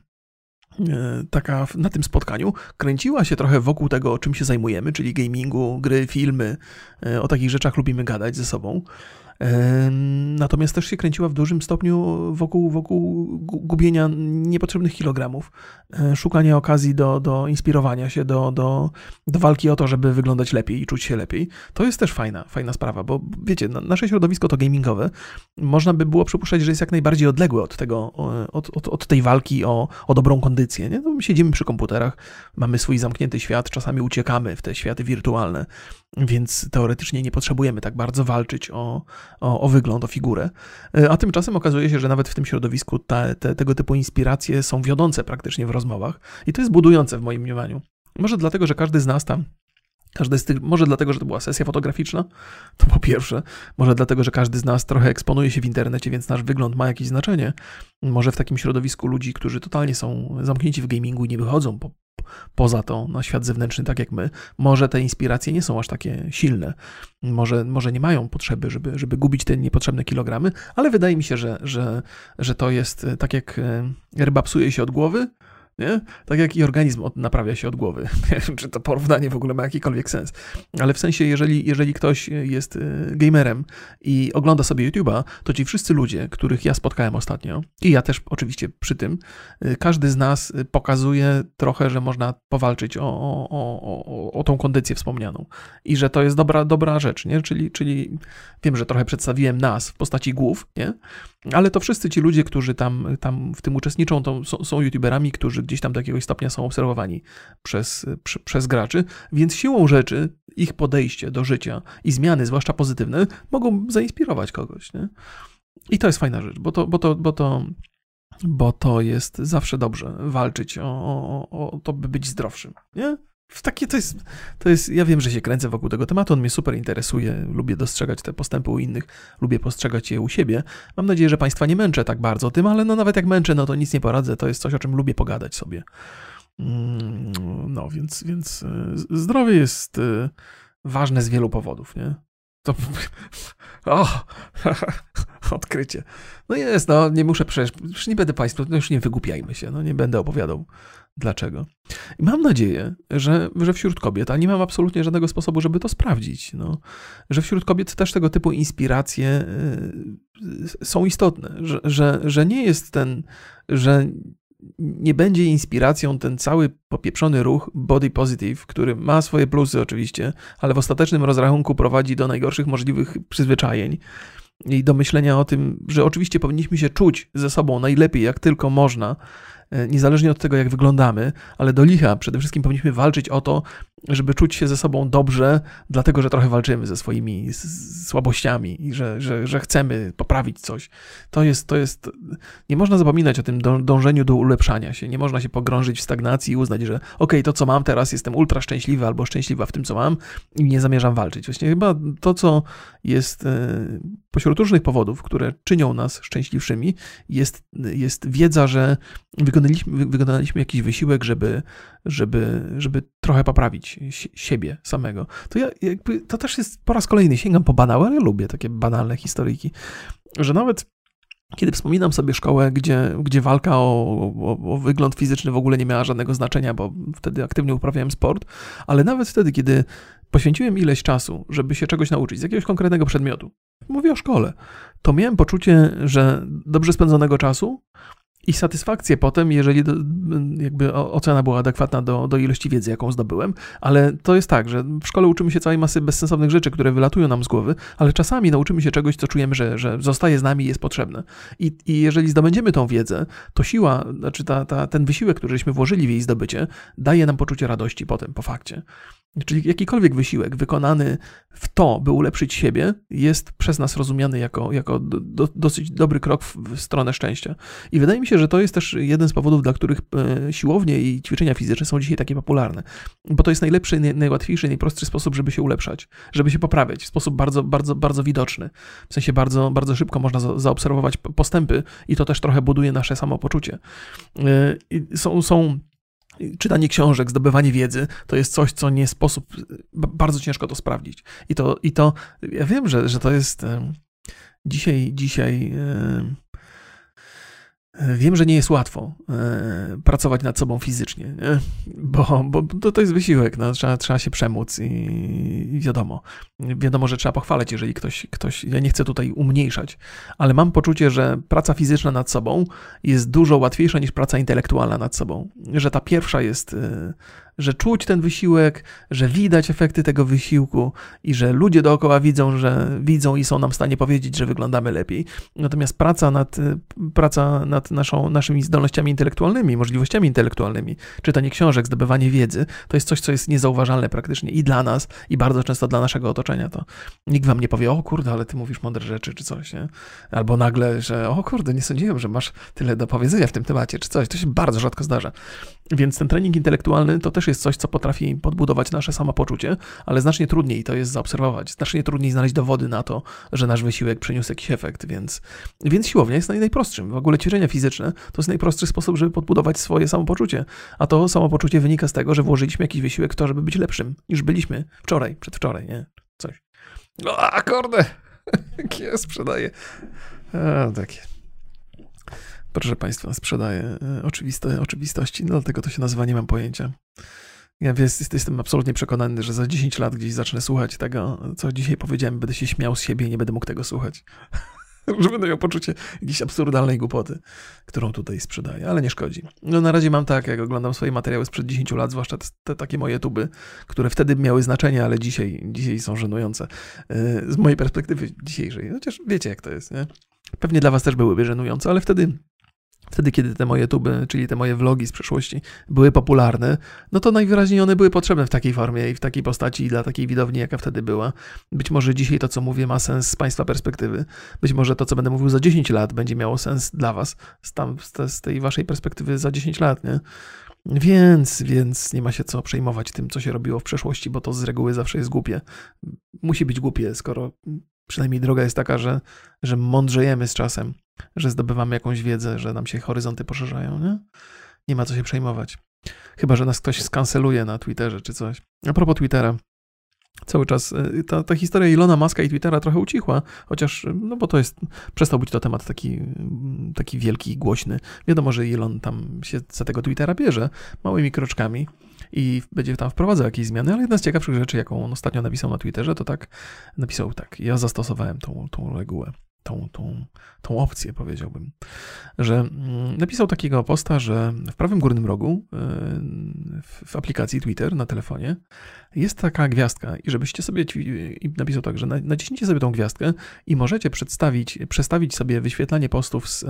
taka na tym spotkaniu kręciła się trochę wokół tego, czym się zajmujemy, czyli gamingu, gry, filmy. O takich rzeczach lubimy gadać ze sobą. Natomiast też się kręciła w dużym stopniu wokół, wokół gubienia niepotrzebnych kilogramów, szukania okazji do, do inspirowania się, do, do, do walki o to, żeby wyglądać lepiej i czuć się lepiej. To jest też fajna, fajna sprawa, bo wiecie, nasze środowisko to gamingowe. Można by było przypuszczać, że jest jak najbardziej odległe od tego, od, od, od tej walki o, o dobrą kondycję. Nie? No, my siedzimy przy komputerach, mamy swój zamknięty świat, czasami uciekamy w te światy wirtualne, więc teoretycznie nie potrzebujemy tak bardzo walczyć o, o, o wygląd, o figurę. A tymczasem okazuje się, że nawet w tym środowisku te, te, tego typu inspiracje są wiodące praktycznie w rozmowach i to jest budujące w moim mniemaniu. Może dlatego, że każdy z nas tam Każdy z tych, może dlatego, że to była sesja fotograficzna, to po pierwsze. Może dlatego, że każdy z nas trochę eksponuje się w internecie, więc nasz wygląd ma jakieś znaczenie. Może w takim środowisku ludzi, którzy totalnie są zamknięci w gamingu i nie wychodzą po, poza to na świat zewnętrzny, tak jak my. Może te inspiracje nie są aż takie silne. Może, może nie mają potrzeby, żeby, żeby gubić te niepotrzebne kilogramy, ale wydaje mi się, że, że, że to jest tak jak ryba psuje się od głowy, nie? Tak jak i organizm naprawia się od głowy. Nie wiem, czy to porównanie w ogóle ma jakikolwiek sens. Ale w sensie, jeżeli, jeżeli ktoś jest gamerem i ogląda sobie YouTube'a, to ci wszyscy ludzie, których ja spotkałem ostatnio, i ja też oczywiście przy tym, każdy z nas pokazuje trochę, że można powalczyć o, o, o, o, o tą kondycję wspomnianą. I że to jest dobra, dobra rzecz, nie? Czyli, czyli wiem, że trochę przedstawiłem nas w postaci głów, nie? Ale to wszyscy ci ludzie, którzy tam, tam w tym uczestniczą, to są, są YouTuberami, którzy gdzieś tam do jakiegoś stopnia są obserwowani przez, przy, przez graczy, więc siłą rzeczy ich podejście do życia i zmiany, zwłaszcza pozytywne, mogą zainspirować kogoś, nie? I to jest fajna rzecz, bo to, bo to, bo to, bo to jest zawsze dobrze walczyć o, o, o to, by być zdrowszym, nie? Takie to jest, to jest, ja wiem, że się kręcę wokół tego tematu, on mnie super interesuje, lubię dostrzegać te postępy u innych, lubię postrzegać je u siebie. Mam nadzieję, że Państwa nie męczę tak bardzo tym, ale no nawet jak męczę, no to nic nie poradzę, to jest coś, o czym lubię pogadać sobie. No, więc, więc zdrowie jest ważne z wielu powodów, nie? To... O! Odkrycie. No jest, no nie muszę przecież, przecież nie będę Państwu, no już nie wygłupiajmy się, no nie będę opowiadał dlaczego. I mam nadzieję, że, że wśród kobiet, a nie mam absolutnie żadnego sposobu, żeby to sprawdzić, no, że wśród kobiet też tego typu inspiracje y, są istotne, że, że, że nie jest ten, że nie będzie inspiracją ten cały popieprzony ruch body positive, który ma swoje plusy oczywiście, ale w ostatecznym rozrachunku prowadzi do najgorszych możliwych przyzwyczajeń i do myślenia o tym, że oczywiście powinniśmy się czuć ze sobą najlepiej jak tylko można, niezależnie od tego, jak wyglądamy, ale do licha przede wszystkim powinniśmy walczyć o to, żeby czuć się ze sobą dobrze, dlatego, że trochę walczymy ze swoimi słabościami i że, że, że chcemy poprawić coś. To jest, to jest, nie można zapominać o tym dążeniu do ulepszania się, nie można się pogrążyć w stagnacji i uznać, że okej, okay, to co mam teraz, jestem ultra szczęśliwy albo szczęśliwa w tym, co mam i nie zamierzam walczyć. Właśnie chyba to, co jest pośród różnych powodów, które czynią nas szczęśliwszymi, jest, jest wiedza, że wykonaliśmy, wykonaliśmy jakiś wysiłek, żeby, żeby, żeby trochę poprawić siebie samego. To ja jakby, to też jest po raz kolejny, sięgam po banały, ale lubię takie banalne historyjki, że nawet kiedy wspominam sobie szkołę, gdzie, gdzie walka o, o, o wygląd fizyczny w ogóle nie miała żadnego znaczenia, bo wtedy aktywnie uprawiałem sport, ale nawet wtedy, kiedy poświęciłem ileś czasu, żeby się czegoś nauczyć z jakiegoś konkretnego przedmiotu, mówię o szkole, to miałem poczucie, że dobrze spędzonego czasu i satysfakcję potem, jeżeli do, jakby ocena była adekwatna do, do ilości wiedzy, jaką zdobyłem, ale to jest tak, że w szkole uczymy się całej masy bezsensownych rzeczy, które wylatują nam z głowy, ale czasami nauczymy się czegoś, co czujemy, że, że zostaje z nami i jest potrzebne. I, i jeżeli zdobędziemy tą wiedzę, to siła, znaczy ta, ta, ten wysiłek, który żeśmy włożyli w jej zdobycie, daje nam poczucie radości potem, po fakcie. Czyli jakikolwiek wysiłek wykonany w to, by ulepszyć siebie, jest przez nas rozumiany jako, jako do, dosyć dobry krok w, w stronę szczęścia. I wydaje mi się, że to jest też jeden z powodów, dla których siłownie i ćwiczenia fizyczne są dzisiaj takie popularne. Bo to jest najlepszy, najłatwiejszy, najprostszy sposób, żeby się ulepszać, żeby się poprawiać w sposób bardzo, bardzo, bardzo widoczny. W sensie bardzo, bardzo szybko można za, zaobserwować postępy i to też trochę buduje nasze samopoczucie. I są, są czytanie książek, zdobywanie wiedzy, to jest coś, co nie sposób, bardzo ciężko to sprawdzić. I to, i to ja wiem, że, że to jest dzisiaj, dzisiaj wiem, że nie jest łatwo pracować nad sobą fizycznie, nie? Bo, bo to, to jest wysiłek, no, trzeba, trzeba się przemóc i, i wiadomo, wiadomo, że trzeba pochwalać, jeżeli ktoś, ktoś, ja nie chcę tutaj umniejszać, ale mam poczucie, że praca fizyczna nad sobą jest dużo łatwiejsza niż praca intelektualna nad sobą, że ta pierwsza jest, że czuć ten wysiłek, że widać efekty tego wysiłku i że ludzie dookoła widzą, że widzą i są nam w stanie powiedzieć, że wyglądamy lepiej. Natomiast praca nad, praca nad naszą, naszymi zdolnościami intelektualnymi, możliwościami intelektualnymi, czytanie książek, zdobywanie wiedzy, to jest coś, co jest niezauważalne praktycznie i dla nas, i bardzo często dla naszego otoczenia. To nikt wam nie powie, o kurde, ale ty mówisz mądre rzeczy, czy coś, nie? Albo nagle, że o kurde, nie sądziłem, że masz tyle do powiedzenia w tym temacie, czy coś. To się bardzo rzadko zdarza. Więc ten trening intelektualny to też jest coś, co potrafi podbudować nasze samopoczucie, ale znacznie trudniej to jest zaobserwować. Znacznie trudniej znaleźć dowody na to, że nasz wysiłek przyniósł jakiś efekt, więc, więc siłownia jest naj, najprostszym. W ogóle ćwiczenia fizyczne to jest najprostszy sposób, żeby podbudować swoje samopoczucie. A to samopoczucie wynika z tego, że włożyliśmy jakiś wysiłek w to, żeby być lepszym, niż byliśmy wczoraj, przedwczoraj, nie? Coś. No, a kurde! Jakie sprzedaję. A, takie. Proszę Państwa, sprzedaję oczywiste oczywistości, no dlatego to się nazywa, nie mam pojęcia. Ja jest, jestem absolutnie przekonany, że za dziesięć lat gdzieś zacznę słuchać tego, co dzisiaj powiedziałem, będę się śmiał z siebie i nie będę mógł tego słuchać. Że będę miał poczucie jakiejś absurdalnej głupoty, którą tutaj sprzedaję, ale nie szkodzi. No na razie mam tak, jak oglądam swoje materiały sprzed dziesięciu lat, zwłaszcza te, te takie moje tuby, które wtedy miały znaczenie, ale dzisiaj, dzisiaj są żenujące. Z mojej perspektywy dzisiejszej. Chociaż wiecie, jak to jest, nie? Pewnie dla was też byłyby żenujące, ale wtedy... Wtedy, kiedy te moje tuby, czyli te moje vlogi z przeszłości były popularne, no to najwyraźniej one były potrzebne w takiej formie i w takiej postaci i dla takiej widowni, jaka wtedy była. Być może dzisiaj to, co mówię, ma sens z Państwa perspektywy. Być może to, co będę mówił za dziesięć lat, będzie miało sens dla Was z, tam, z tej Waszej perspektywy za dziesięć lat, nie? Więc, więc nie ma się co przejmować tym, co się robiło w przeszłości, bo to z reguły zawsze jest głupie. Musi być głupie, skoro przynajmniej droga jest taka, że, że mądrzejemy z czasem, że zdobywamy jakąś wiedzę, że nam się horyzonty poszerzają, nie? Nie ma co się przejmować. Chyba że nas ktoś skanceluje na Twitterze czy coś. A propos Twittera. Cały czas ta, ta historia Ilona Muska i Twittera trochę ucichła, chociaż, no bo to jest, przestał być to temat taki, taki wielki i głośny. Wiadomo, że Elon tam się za tego Twittera bierze małymi kroczkami i będzie tam wprowadzał jakieś zmiany, ale jedna z ciekawszych rzeczy, jaką on ostatnio napisał na Twitterze, to tak, napisał tak, ja zastosowałem tą, tą regułę. Tą, tą, tą opcję, powiedziałbym, że napisał takiego posta, że w prawym górnym rogu w aplikacji Twitter na telefonie jest taka gwiazdka i żebyście sobie, i napisał tak, że naciśnijcie sobie tą gwiazdkę i możecie przedstawić, przestawić sobie wyświetlanie postów z,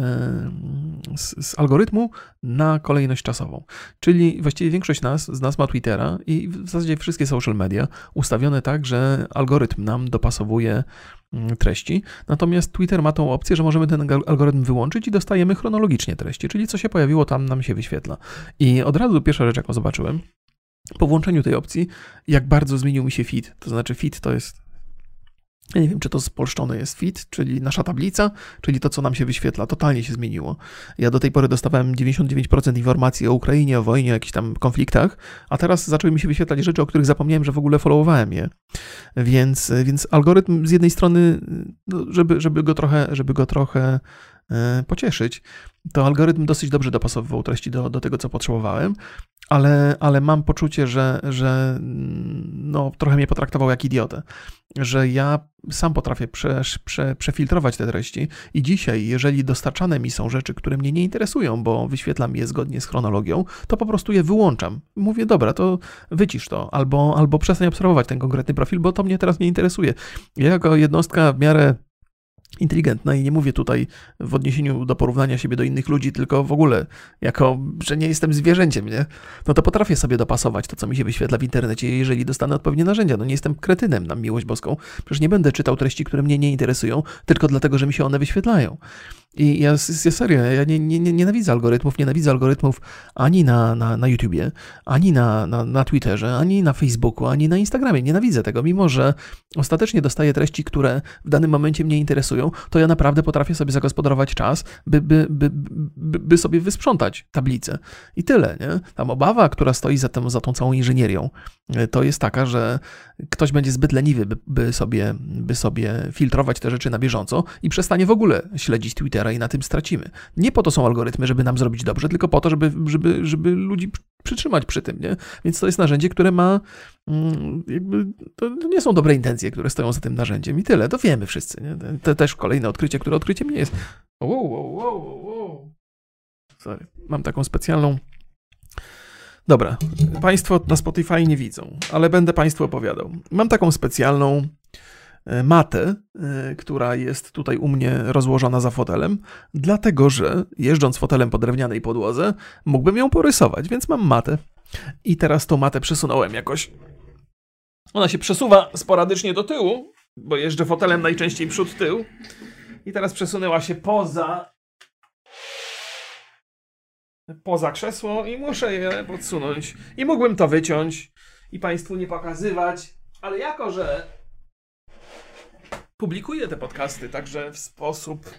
z, z algorytmu na kolejność czasową. Czyli właściwie większość nas, z nas ma Twittera i w zasadzie wszystkie social media ustawione tak, że algorytm nam dopasowuje treści, natomiast Twitter ma tą opcję, że możemy ten algorytm wyłączyć i dostajemy chronologicznie treści, czyli co się pojawiło, tam nam się wyświetla. I od razu pierwsza rzecz, jaką zobaczyłem, po włączeniu tej opcji, jak bardzo zmienił mi się feed. To znaczy feed to jest, ja nie wiem, czy to spolszczone jest feed, czyli nasza tablica, czyli to, co nam się wyświetla, totalnie się zmieniło. Ja do tej pory dostawałem dziewięćdziesiąt dziewięć procent informacji o Ukrainie, o wojnie, o jakichś tam konfliktach, a teraz zaczęły mi się wyświetlać rzeczy, o których zapomniałem, że w ogóle followowałem je. Więc, więc algorytm z jednej strony, żeby, żeby go trochę, żeby go trochę pocieszyć, to algorytm dosyć dobrze dopasowywał treści do, do tego, co potrzebowałem, ale, ale mam poczucie, że, że no, trochę mnie potraktował jak idiotę, że ja sam potrafię prze, prze, przefiltrować te treści i dzisiaj, jeżeli dostarczane mi są rzeczy, które mnie nie interesują, bo wyświetlam je zgodnie z chronologią, to po prostu je wyłączam. Mówię, dobra, to wycisz to, albo, albo przestań obserwować ten konkretny profil, bo to mnie teraz nie interesuje. Ja jako jednostka w miarę inteligentna i nie mówię tutaj w odniesieniu do porównania siebie do innych ludzi, tylko w ogóle jako, że nie jestem zwierzęciem, nie? No to potrafię sobie dopasować to, co mi się wyświetla w internecie, jeżeli dostanę odpowiednie narzędzia. No nie jestem kretynem, na miłość boską. Przecież nie będę czytał treści, które mnie nie interesują, tylko dlatego, że mi się one wyświetlają. I ja, ja serio, ja nie, nie, nie nienawidzę algorytmów, nienawidzę algorytmów ani na, na, na YouTubie, ani na, na, na Twitterze, ani na Facebooku, ani na Instagramie. Nienawidzę tego, mimo że ostatecznie dostaję treści, które w danym momencie mnie interesują, to ja naprawdę potrafię sobie zagospodarować czas, by, by, by, by, by sobie wysprzątać tablicę. I tyle, nie? Tam obawa, która stoi za, tym, za tą całą inżynierią, to jest taka, że ktoś będzie zbyt leniwy, by, by, sobie, by sobie filtrować te rzeczy na bieżąco i przestanie w ogóle śledzić Twittera i na tym stracimy. Nie po to są algorytmy, żeby nam zrobić dobrze, tylko po to, żeby, żeby, żeby ludzi przytrzymać przy tym, nie? Więc to jest narzędzie, które ma jakby, to nie są dobre intencje, które stoją za tym narzędziem i tyle, to wiemy wszyscy, nie? To też kolejne odkrycie, które odkryciem nie jest. Wow, wow, wow, wow. Sorry, mam taką specjalną. Dobra, Państwo na Spotify nie widzą, ale będę Państwu opowiadał. Mam taką specjalną matę, która jest tutaj u mnie rozłożona za fotelem, dlatego że jeżdżąc fotelem po drewnianej podłodze mógłbym ją porysować, więc mam matę. I teraz tą matę przesunąłem jakoś. Ona się przesuwa sporadycznie do tyłu, bo jeżdżę fotelem najczęściej przód-tył. I teraz przesunęła się poza poza krzesło i muszę je podsunąć. I mógłbym to wyciąć i Państwu nie pokazywać, ale jako, że publikuję te podcasty także w sposób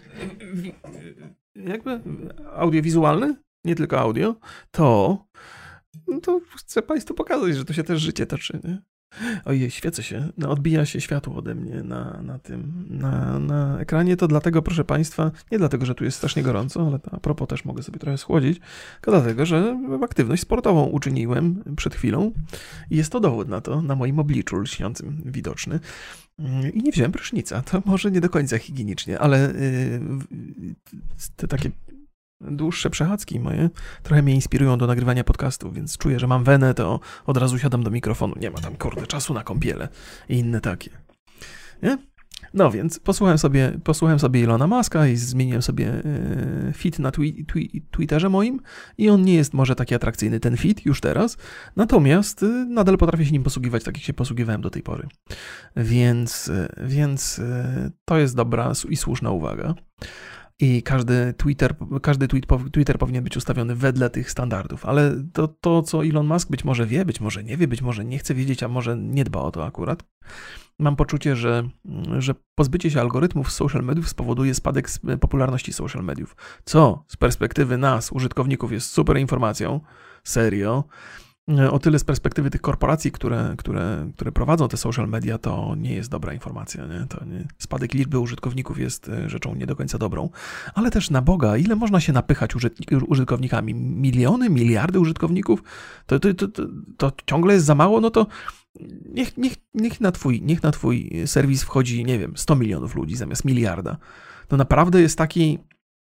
jakby audiowizualny, nie tylko audio, to, to chcę Państwu pokazać, że to się też życie toczy, nie? Ojej, świecę się, no, odbija się światło ode mnie na, na tym, na, na ekranie, to dlatego, proszę Państwa, nie dlatego, że tu jest strasznie gorąco, ale a propos też mogę sobie trochę schłodzić, tylko dlatego, że aktywność sportową uczyniłem przed chwilą i jest to dowód na to, na moim obliczu lśniącym widoczny. I nie wziąłem prysznica, to może nie do końca higienicznie, ale yy, te takie dłuższe przechadzki moje trochę mnie inspirują do nagrywania podcastów, więc czuję, że mam wenę, to od razu siadam do mikrofonu. Nie ma tam, kurde, czasu na kąpiele i inne takie. Nie? No więc posłuchałem sobie, posłuchałem sobie Ilona Muska i zmieniłem sobie feed na twi- twi- Twitterze moim i on nie jest może taki atrakcyjny, ten feed, już teraz, natomiast nadal potrafię się nim posługiwać, tak jak się posługiwałem do tej pory. Więc, więc to jest dobra i słuszna uwaga. I każdy Twitter, każdy tweet, Twitter powinien być ustawiony wedle tych standardów, ale to, to, co Elon Musk być może wie, być może nie wie, być może nie chce wiedzieć, a może nie dba o to akurat. Mam poczucie, że, że pozbycie się algorytmów z social mediów spowoduje spadek popularności social mediów, co z perspektywy nas, użytkowników, jest super informacją, serio. O tyle z perspektywy tych korporacji, które, które, które prowadzą te social media, to nie jest dobra informacja. Nie? To nie. Spadek liczby użytkowników jest rzeczą nie do końca dobrą. Ale też na Boga, ile można się napychać użytkownikami? Miliony, miliardy użytkowników? To, to, to, to, to ciągle jest za mało? No to niech, niech, niech, na twój, niech na twój serwis wchodzi, nie wiem, sto milionów ludzi zamiast miliarda. To naprawdę jest taki,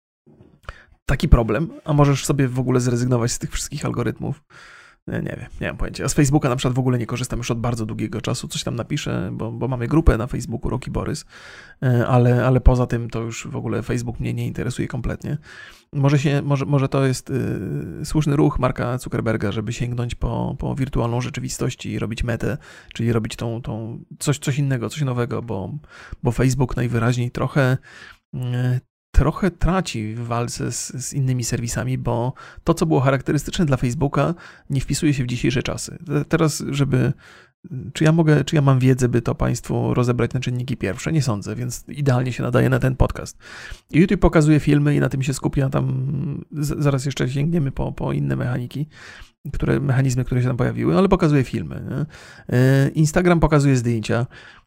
taki problem, a możesz sobie w ogóle zrezygnować z tych wszystkich algorytmów. Nie, nie wiem, nie mam pojęcia. Ja z Facebooka na przykład w ogóle nie korzystam już od bardzo długiego czasu. Coś tam napiszę, bo, bo mamy grupę na Facebooku Roki Borys, ale, ale poza tym to już w ogóle Facebook mnie nie interesuje kompletnie. Może, się, może, może to jest yy, słuszny ruch Marka Zuckerberga, żeby sięgnąć po, po wirtualną rzeczywistość i robić metę, czyli robić tą, tą coś, coś innego, coś nowego, bo, bo Facebook najwyraźniej trochę yy, trochę traci w walce z, z innymi serwisami, bo to, co było charakterystyczne dla Facebooka, nie wpisuje się w dzisiejsze czasy. Teraz, żeby... Czy ja mogę, czy ja mam wiedzę, by to Państwu rozebrać na czynniki pierwsze? Nie sądzę, więc idealnie się nadaje na ten podcast. YouTube pokazuje filmy i na tym się skupia, tam zaraz jeszcze sięgniemy po, po inne mechaniki, które, mechanizmy, które się tam pojawiły, ale pokazuje filmy. Nie? Instagram pokazuje zdjęcia,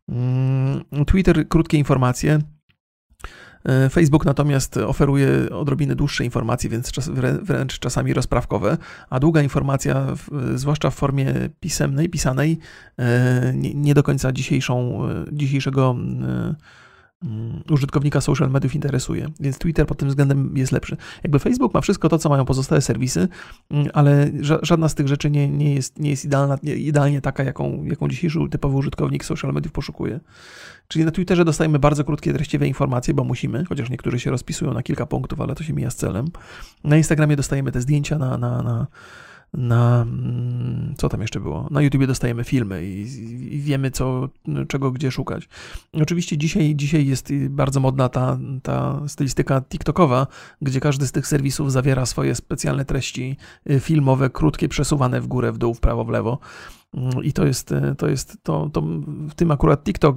Twitter krótkie informacje, Facebook natomiast oferuje odrobinę dłuższe informacje, więc czas, wręcz czasami rozprawkowe, a długa informacja, w, zwłaszcza w formie pisemnej, pisanej, nie, nie do końca dzisiejszą, dzisiejszego użytkownika social mediów interesuje, więc Twitter pod tym względem jest lepszy. Jakby Facebook ma wszystko to, co mają pozostałe serwisy, ale żadna z tych rzeczy nie, nie, jest, nie jest idealna, nie, idealnie taka, jaką, jaką dzisiejszy typowy użytkownik social mediów poszukuje. Czyli na Twitterze dostajemy bardzo krótkie, treściwe informacje, bo musimy, chociaż niektórzy się rozpisują na kilka punktów, ale to się mija z celem. Na Instagramie dostajemy te zdjęcia na, na, na Na, co tam jeszcze było? Na YouTubie dostajemy filmy i, i wiemy, co, czego gdzie szukać. Oczywiście dzisiaj, dzisiaj jest bardzo modna ta, ta stylistyka TikTokowa, gdzie każdy z tych serwisów zawiera swoje specjalne treści filmowe, krótkie, przesuwane w górę, w dół, w prawo, w lewo. I to jest, to jest, to, to w tym akurat TikTok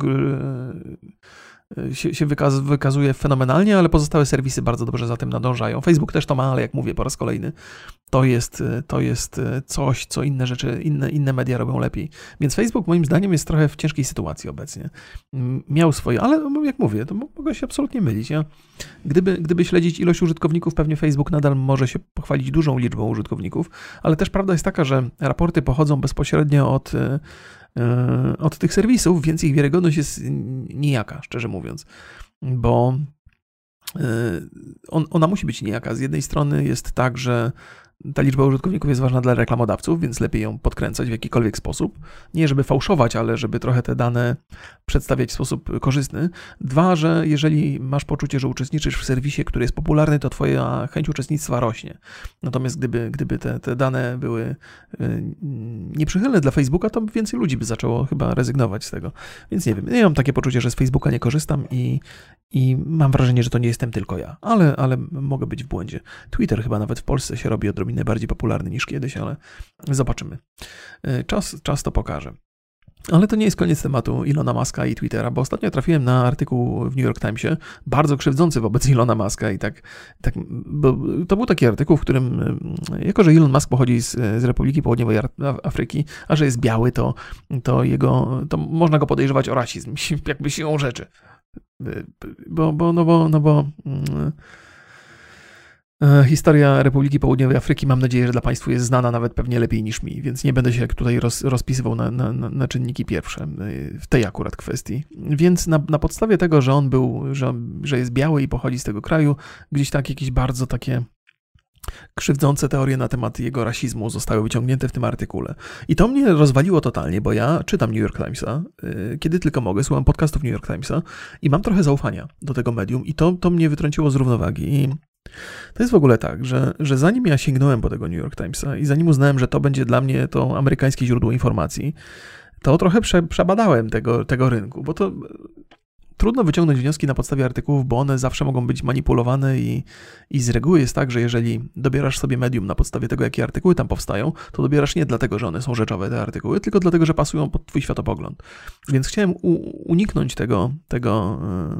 się, się wykaz, wykazuje fenomenalnie, ale pozostałe serwisy bardzo dobrze za tym nadążają. Facebook też to ma, ale jak mówię po raz kolejny, to jest, to jest coś, co inne rzeczy, inne, inne media robią lepiej. Więc Facebook moim zdaniem jest trochę w ciężkiej sytuacji obecnie. Miał swoje, ale jak mówię, to mogę się absolutnie mylić. Ja, gdyby, gdyby śledzić ilość użytkowników, pewnie Facebook nadal może się pochwalić dużą liczbą użytkowników, ale też prawda jest taka, że raporty pochodzą bezpośrednio od od tych serwisów, więc ich wiarygodność jest nijaka, szczerze mówiąc, bo on, ona musi być nijaka. Z jednej strony jest tak, że ta liczba użytkowników jest ważna dla reklamodawców, więc lepiej ją podkręcać w jakikolwiek sposób. Nie żeby fałszować, ale żeby trochę te dane przedstawiać w sposób korzystny. Dwa, że jeżeli masz poczucie, że uczestniczysz w serwisie, który jest popularny, to twoja chęć uczestnictwa rośnie. Natomiast gdyby, gdyby te, te dane były nieprzychylne dla Facebooka, to więcej ludzi by zaczęło chyba rezygnować z tego. Więc nie wiem, ja mam takie poczucie, że z Facebooka nie korzystam i, i mam wrażenie, że to nie jestem tylko ja, ale, ale mogę być w błędzie. Twitter chyba nawet w Polsce się robi odrobinę bardziej popularny niż kiedyś, ale zobaczymy. Czas, czas to pokaże. Ale to nie jest koniec tematu Ilona Muska i Twittera, bo ostatnio trafiłem na artykuł w New York Timesie, bardzo krzywdzący wobec Ilona Muska i tak, tak bo to był taki artykuł, w którym, jako że Elon Musk pochodzi z, z Republiki Południowej Afryki, a że jest biały, to, to jego, to można go podejrzewać o rasizm, jakby siłą rzeczy. Bo, bo, no bo, no bo historia Republiki Południowej Afryki, mam nadzieję, że dla Państwa jest znana nawet pewnie lepiej niż mi, więc nie będę się tutaj roz, rozpisywał na, na, na czynniki pierwsze w tej akurat kwestii. Więc na, na podstawie tego, że on był, że, że jest biały i pochodzi z tego kraju, gdzieś tak jakieś bardzo takie krzywdzące teorie na temat jego rasizmu zostały wyciągnięte w tym artykule. I to mnie rozwaliło totalnie, bo ja czytam New York Timesa, kiedy tylko mogę, słucham podcastów New York Timesa i mam trochę zaufania do tego medium i to, to mnie wytrąciło z równowagi. I to jest w ogóle tak, że, że zanim ja sięgnąłem po tego New York Timesa i zanim uznałem, że to będzie dla mnie to amerykańskie źródło informacji, to trochę prze, przebadałem tego, tego rynku, bo to trudno wyciągnąć wnioski na podstawie artykułów, bo one zawsze mogą być manipulowane i, i z reguły jest tak, że jeżeli dobierasz sobie medium na podstawie tego, jakie artykuły tam powstają, to dobierasz nie dlatego, że one są rzeczowe, te artykuły, tylko dlatego, że pasują pod twój światopogląd. Więc chciałem u, uniknąć tego, tego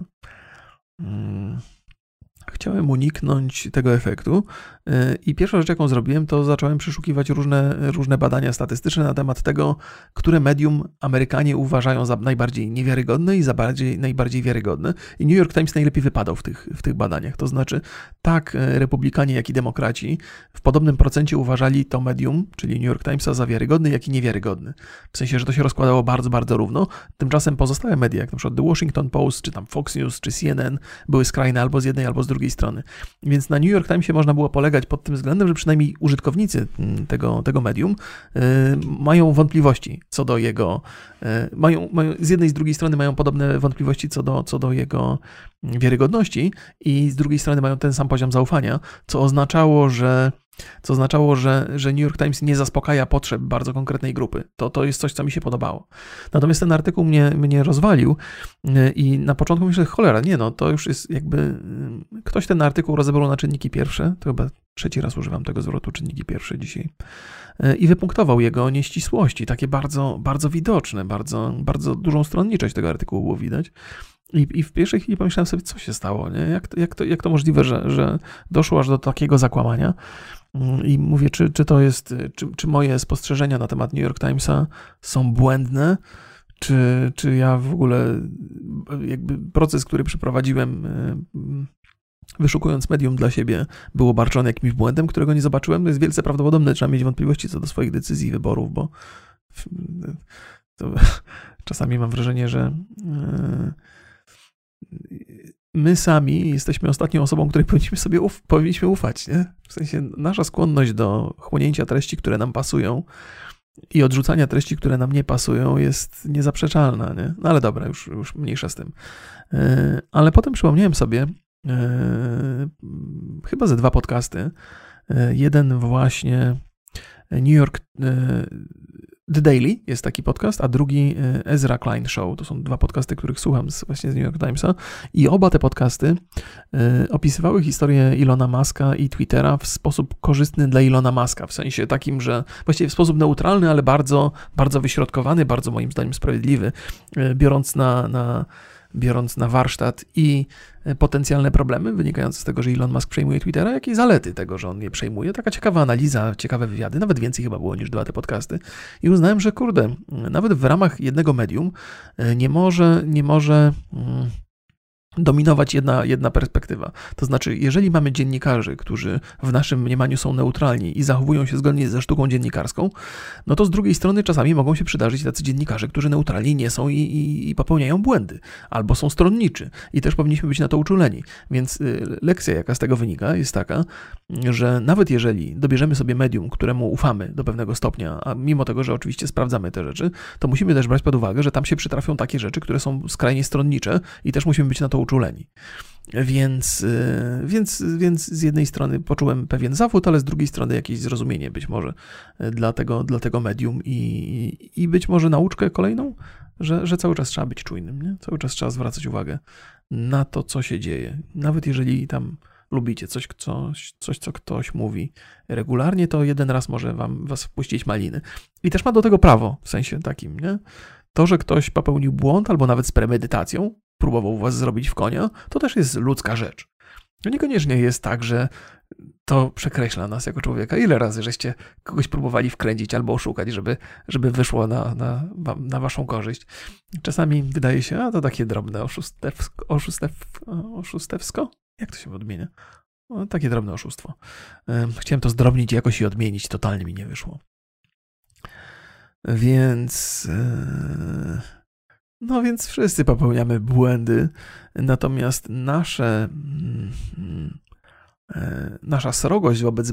yy, yy, Chciałem uniknąć tego efektu i pierwsza rzecz, jaką zrobiłem, to zacząłem przeszukiwać różne, różne badania statystyczne na temat tego, które medium Amerykanie uważają za najbardziej niewiarygodne i za bardziej, najbardziej wiarygodne. I New York Times najlepiej wypadał w tych, w tych badaniach. To znaczy tak republikanie, jak i demokraci w podobnym procencie uważali to medium, czyli New York Timesa, za wiarygodny, jak i niewiarygodny. W sensie, że to się rozkładało bardzo, bardzo równo. Tymczasem pozostałe media, jak na przykład The Washington Post, czy tam Fox News, czy C N N, były skrajne albo z jednej, albo z drugiej strony. Więc na New York Timesie można było polegać pod tym względem, że przynajmniej użytkownicy tego, tego medium y, mają wątpliwości co do jego, y, mają, mają, z jednej i z drugiej strony mają podobne wątpliwości co do, co do jego wiarygodności i z drugiej strony mają ten sam poziom zaufania, co oznaczało, że co oznaczało, że, że New York Times nie zaspokaja potrzeb bardzo konkretnej grupy. To, to jest coś, co mi się podobało. Natomiast ten artykuł mnie, mnie rozwalił i na początku myślę, cholera, nie no, to już jest jakby... Ktoś ten artykuł rozebrał na czynniki pierwsze, to chyba trzeci raz używam tego zwrotu, czynniki pierwsze dzisiaj, i wypunktował jego nieścisłości, takie bardzo, bardzo widoczne, bardzo, bardzo dużą stronniczość tego artykułu było widać. I, I w pierwszej chwili pomyślałem sobie, co się stało, nie? Jak, to, jak, to, jak to możliwe, że, że doszło aż do takiego zakłamania. I mówię, czy, czy to jest, czy, czy moje spostrzeżenia na temat New York Timesa są błędne, czy, czy ja w ogóle jakby proces, który przeprowadziłem wyszukując medium dla siebie, był obarczony jakimś błędem, którego nie zobaczyłem. To jest wielce prawdopodobne, trzeba mieć wątpliwości co do swoich decyzji i wyborów, bo to czasami mam wrażenie, że my sami jesteśmy ostatnią osobą, której powinniśmy sobie uf- powinniśmy ufać, nie? W sensie nasza skłonność do chłonięcia treści, które nam pasują i odrzucania treści, które nam nie pasują, jest niezaprzeczalna, nie? No ale dobra, już, już mniejsza z tym. Yy, ale potem przypomniałem sobie yy, chyba ze dwa podcasty. Yy, jeden właśnie New York yy, The Daily jest taki podcast, a drugi Ezra Klein Show. To są dwa podcasty, których słucham z, właśnie z New York Timesa i oba te podcasty y, opisywały historię Ilona Muska i Twittera w sposób korzystny dla Ilona Muska, w sensie takim, że właściwie w sposób neutralny, ale bardzo, bardzo wyśrodkowany, bardzo moim zdaniem sprawiedliwy, y, biorąc na, na biorąc na warsztat i potencjalne problemy wynikające z tego, że Elon Musk przejmuje Twittera, jak i zalety tego, że on je przejmuje. Taka ciekawa analiza, ciekawe wywiady, nawet więcej chyba było niż dwa te podcasty. I uznałem, że kurde, nawet w ramach jednego medium nie może, nie może dominować jedna, jedna perspektywa. To znaczy, jeżeli mamy dziennikarzy, którzy w naszym mniemaniu są neutralni i zachowują się zgodnie ze sztuką dziennikarską, no to z drugiej strony czasami mogą się przydarzyć tacy dziennikarze, którzy neutralni nie są i, i, i popełniają błędy, albo są stronniczy i też powinniśmy być na to uczuleni. Więc y, lekcja, jaka z tego wynika, jest taka, że nawet jeżeli dobierzemy sobie medium, któremu ufamy do pewnego stopnia, a mimo tego, że oczywiście sprawdzamy te rzeczy, to musimy też brać pod uwagę, że tam się przytrafią takie rzeczy, które są skrajnie stronnicze i też musimy być na to uczuleni. Więc, więc, więc z jednej strony poczułem pewien zawód, ale z drugiej strony jakieś zrozumienie być może dla tego, dla tego medium i, i być może nauczkę kolejną, że, że cały czas trzeba być czujnym, nie? Cały czas trzeba zwracać uwagę na to, co się dzieje. Nawet jeżeli tam lubicie coś, coś, coś co ktoś mówi regularnie, to jeden raz może wam, was wpuścić maliny. I też ma do tego prawo, w sensie takim, nie? To, że ktoś popełnił błąd albo nawet z premedytacją, próbował was zrobić w konia, to też jest ludzka rzecz. To niekoniecznie jest tak, że to przekreśla nas jako człowieka. Ile razy żeście kogoś próbowali wkręcić albo oszukać, żeby, żeby wyszło na, na, na waszą korzyść. Czasami wydaje się, a to takie drobne oszustewsko, oszustewsko, oszustewsko? Jak to się odmienia? No, takie drobne oszustwo. Chciałem to zdrobnić jakoś i odmienić, totalnie mi nie wyszło. Więc... No więc wszyscy popełniamy błędy, natomiast nasze, nasza srogość wobec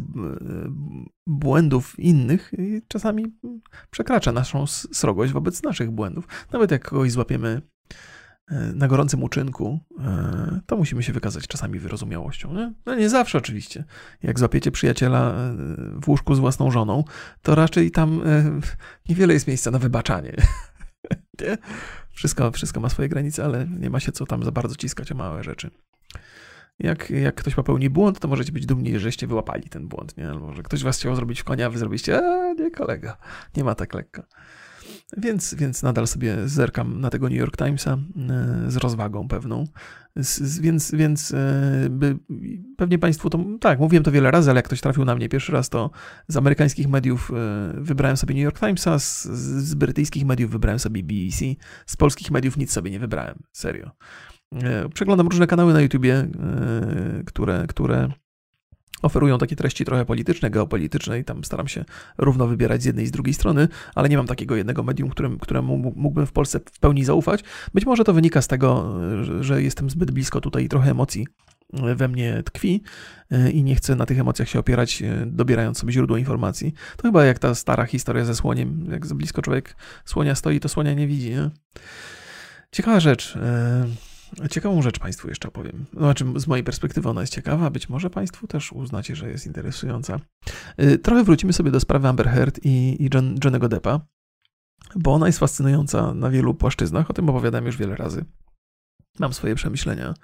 błędów innych czasami przekracza naszą srogość wobec naszych błędów. Nawet jak kogoś złapiemy na gorącym uczynku, to musimy się wykazać czasami wyrozumiałością. Nie? No nie zawsze oczywiście. Jak złapiecie przyjaciela w łóżku z własną żoną, to raczej tam niewiele jest miejsca na wybaczanie. Nie? Wszystko, wszystko ma swoje granice, ale nie ma się co tam za bardzo ciskać o małe rzeczy. Jak, jak ktoś popełni błąd, to możecie być dumni, żeście wyłapali ten błąd, nie? Albo że ktoś was chciał zrobić w konia, a wy zrobiliście, a nie kolega, nie ma tak lekko. Więc, więc nadal sobie zerkam na tego New York Timesa z rozwagą pewną. Z, więc więc by, pewnie Państwu to, tak, mówiłem to wiele razy, ale jak ktoś trafił na mnie pierwszy raz, to z amerykańskich mediów wybrałem sobie New York Timesa, z, z brytyjskich mediów wybrałem sobie B B C, z polskich mediów nic sobie nie wybrałem, serio. Przeglądam różne kanały na YouTubie, które, które oferują takie treści trochę polityczne, geopolityczne i tam staram się równo wybierać z jednej i z drugiej strony, ale nie mam takiego jednego medium, którym, któremu mógłbym w Polsce w pełni zaufać. Być może to wynika z tego, że jestem zbyt blisko tutaj i trochę emocji we mnie tkwi i nie chcę na tych emocjach się opierać, dobierając sobie źródło informacji. To chyba jak ta stara historia ze słoniem. Jak za blisko człowiek słonia stoi, to słonia nie widzi. Nie? Ciekawa rzecz. Ciekawą rzecz Państwu jeszcze opowiem. Znaczy, z mojej perspektywy ona jest ciekawa, być może Państwu też uznacie, że jest interesująca. Trochę wrócimy sobie do sprawy Amber Heard i, i John, Johnny'ego Deppa, bo ona jest fascynująca na wielu płaszczyznach, o tym opowiadałem już wiele razy. Mam swoje przemyślenia.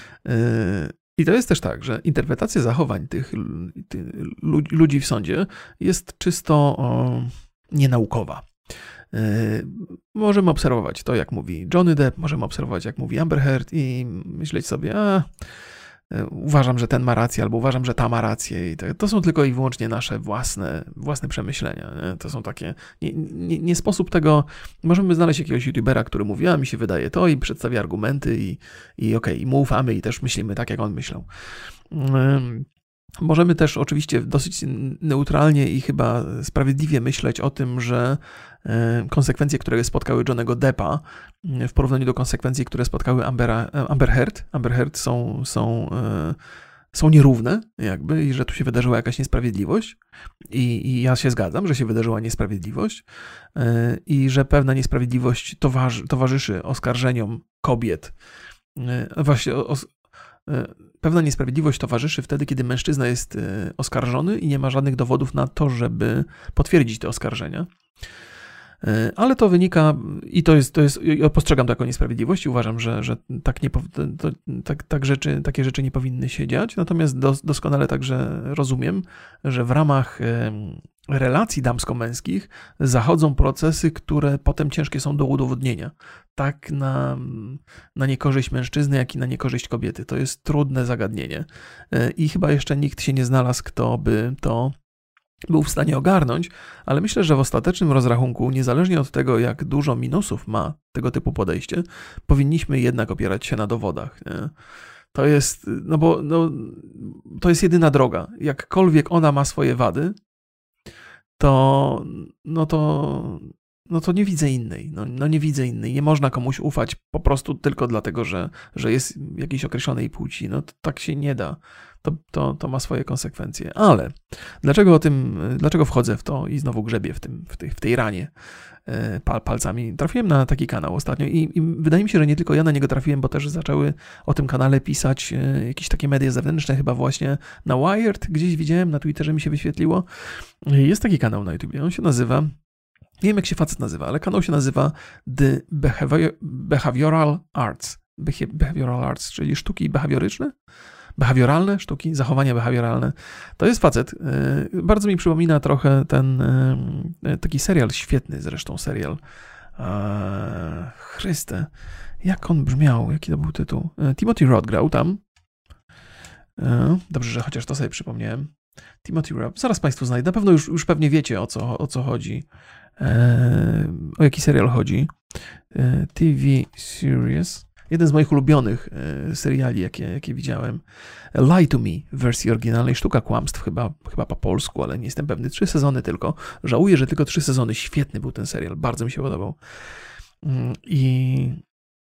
I to jest też tak, że interpretacja zachowań tych, tych ludzi w sądzie jest czysto o, nienaukowa. Możemy obserwować to, jak mówi Johnny Depp, możemy obserwować, jak mówi Amber Heard i myśleć sobie, a uważam, że ten ma rację, albo uważam, że ta ma rację. I to, to są tylko i wyłącznie nasze własne, własne przemyślenia. Nie? To są takie, nie, nie, nie sposób tego, możemy znaleźć jakiegoś youtubera, który mówi, a mi się wydaje to i przedstawia argumenty i, i okej, okay, i mu ufamy i też myślimy tak, jak on myślał. Możemy też oczywiście dosyć neutralnie i chyba sprawiedliwie myśleć o tym, że konsekwencje, które spotkały Johnnego Deppa w porównaniu do konsekwencji, które spotkały Ambera, Amber Heard, Amber Heard są, są, są nierówne jakby i że tu się wydarzyła jakaś niesprawiedliwość I, i ja się zgadzam, że się wydarzyła niesprawiedliwość i że pewna niesprawiedliwość towarzy, towarzyszy oskarżeniom kobiet. Właśnie o, o, Pewna niesprawiedliwość towarzyszy wtedy, kiedy mężczyzna jest oskarżony i nie ma żadnych dowodów na to, żeby potwierdzić te oskarżenia. Ale to wynika, i to jest, to jest ja postrzegam to jako niesprawiedliwość i uważam, że, że tak nie, to, tak, tak rzeczy, takie rzeczy nie powinny się dziać. Natomiast dos, doskonale także rozumiem, że w ramach relacji damsko-męskich zachodzą procesy, które potem ciężkie są do udowodnienia. Tak na, na niekorzyść mężczyzny, jak i na niekorzyść kobiety. To jest trudne zagadnienie. I chyba jeszcze nikt się nie znalazł, kto by to był w stanie ogarnąć, ale myślę, że w ostatecznym rozrachunku, niezależnie od tego, jak dużo minusów ma tego typu podejście, powinniśmy jednak opierać się na dowodach. Nie? To jest, no bo no, to jest jedyna droga. Jakkolwiek ona ma swoje wady, to no to, no to nie widzę innej. No, no nie widzę innej. Nie można komuś ufać po prostu tylko dlatego, że, że jest jakiejś określonej płci. No to tak się nie da. To, to, to ma swoje konsekwencje. Ale dlaczego o tym, dlaczego wchodzę w to i znowu grzebię w, tym, w, tej, w tej ranie pal, palcami? Trafiłem na taki kanał ostatnio i, i wydaje mi się, że nie tylko ja na niego trafiłem, bo też zaczęły o tym kanale pisać jakieś takie media zewnętrzne, chyba właśnie na Wired, gdzieś widziałem, na Twitterze mi się wyświetliło. Jest taki kanał na YouTubie, on się nazywa, nie wiem jak się facet nazywa, ale kanał się nazywa The Behavioral Arts. Behavioral Arts, czyli sztuki behawioryczne. Behawioralne sztuki, zachowania behawioralne. To jest facet. Bardzo mi przypomina trochę ten taki serial, świetny zresztą serial. Chryste, jak on brzmiał, jaki to był tytuł? Timothy Roth grał tam. Dobrze, że chociaż to sobie przypomniałem. Timothy Roth. Zaraz Państwu znajdę. Na pewno już, już pewnie wiecie, o co, o co chodzi. O jaki serial chodzi. T V series. Jeden z moich ulubionych seriali, jakie, jakie widziałem. Lie to Me w wersji oryginalnej. Sztuka kłamstw, chyba, chyba po polsku, ale nie jestem pewny. Trzy sezony tylko. Żałuję, że tylko trzy sezony. Świetny był ten serial. Bardzo mi się podobał. I,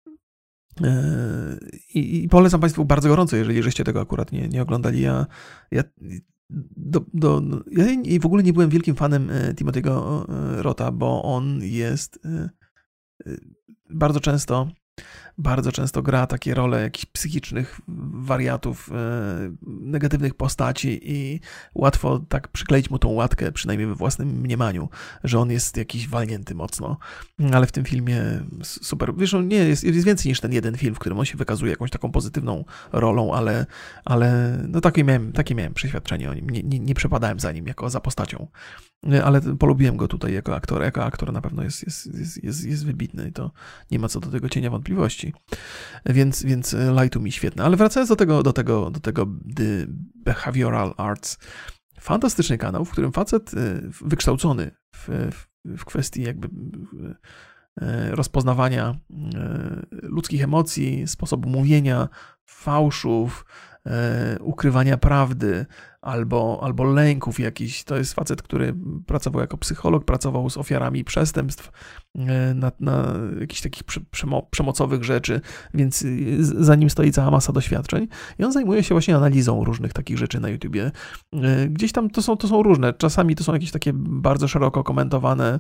i, i polecam Państwu bardzo gorąco, jeżeli żeście tego akurat nie, nie oglądali. Ja, ja, do, do, ja w ogóle nie byłem wielkim fanem Timothy'ego Rotha, bo on jest bardzo często Bardzo często gra takie role jakichś psychicznych wariatów, e, negatywnych postaci i łatwo tak przykleić mu tą łatkę, przynajmniej we własnym mniemaniu, że on jest jakiś walnięty mocno. Ale w tym filmie super. Wiesz, on nie jest, jest więcej niż ten jeden film, w którym on się wykazuje jakąś taką pozytywną rolą, ale, ale no takie miałem, takie miałem przeświadczenie o nim. Nie, nie, nie przepadałem za nim jako za postacią. Ale polubiłem go tutaj jako aktora. Jako aktor na pewno jest, jest, jest, jest, jest wybitny i to nie ma co do tego cienia wątpliwości. Więc, więc Lie to Me świetne. Ale wracając do tego, do tego, do tego The Behavioral Arts. Fantastyczny kanał, w którym facet wykształcony w, w kwestii jakby rozpoznawania ludzkich emocji, sposobu mówienia, fałszów, ukrywania prawdy albo, albo lęków jakichś. To jest facet, który pracował jako psycholog, pracował z ofiarami przestępstw na, na jakichś takich przemo- przemocowych rzeczy, więc za nim stoi cała masa doświadczeń i on zajmuje się właśnie analizą różnych takich rzeczy na YouTubie. Gdzieś tam to są, to są różne, czasami to są jakieś takie bardzo szeroko komentowane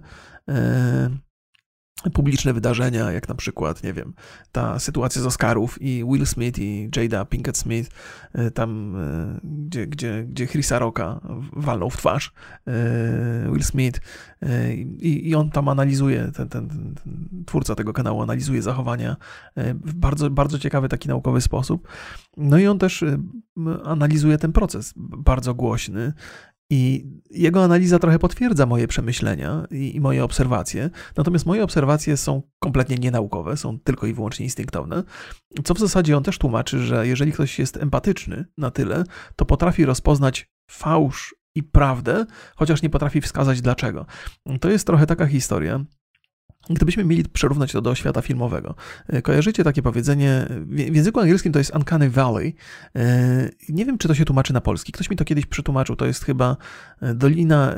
publiczne wydarzenia, jak na przykład, nie wiem, ta sytuacja z Oscarów i Will Smith i Jada Pinkett Smith, tam, gdzie, gdzie, gdzie Chrisa Rocka walnął w twarz Will Smith i, i on tam analizuje, ten, ten, ten twórca tego kanału analizuje zachowania w bardzo, bardzo ciekawy taki naukowy sposób. No i on też analizuje ten proces bardzo głośny. I jego analiza trochę potwierdza moje przemyślenia i, i moje obserwacje, natomiast moje obserwacje są kompletnie nienaukowe, są tylko i wyłącznie instynktowne, co w zasadzie on też tłumaczy, że jeżeli ktoś jest empatyczny na tyle, to potrafi rozpoznać fałsz i prawdę, chociaż nie potrafi wskazać dlaczego. To jest trochę taka historia, Gdybyśmy mieli przyrównać to do świata filmowego. Kojarzycie takie powiedzenie, w języku angielskim to jest Uncanny Valley. Nie wiem, czy to się tłumaczy na polski. Ktoś mi to kiedyś przetłumaczył. To jest chyba dolina...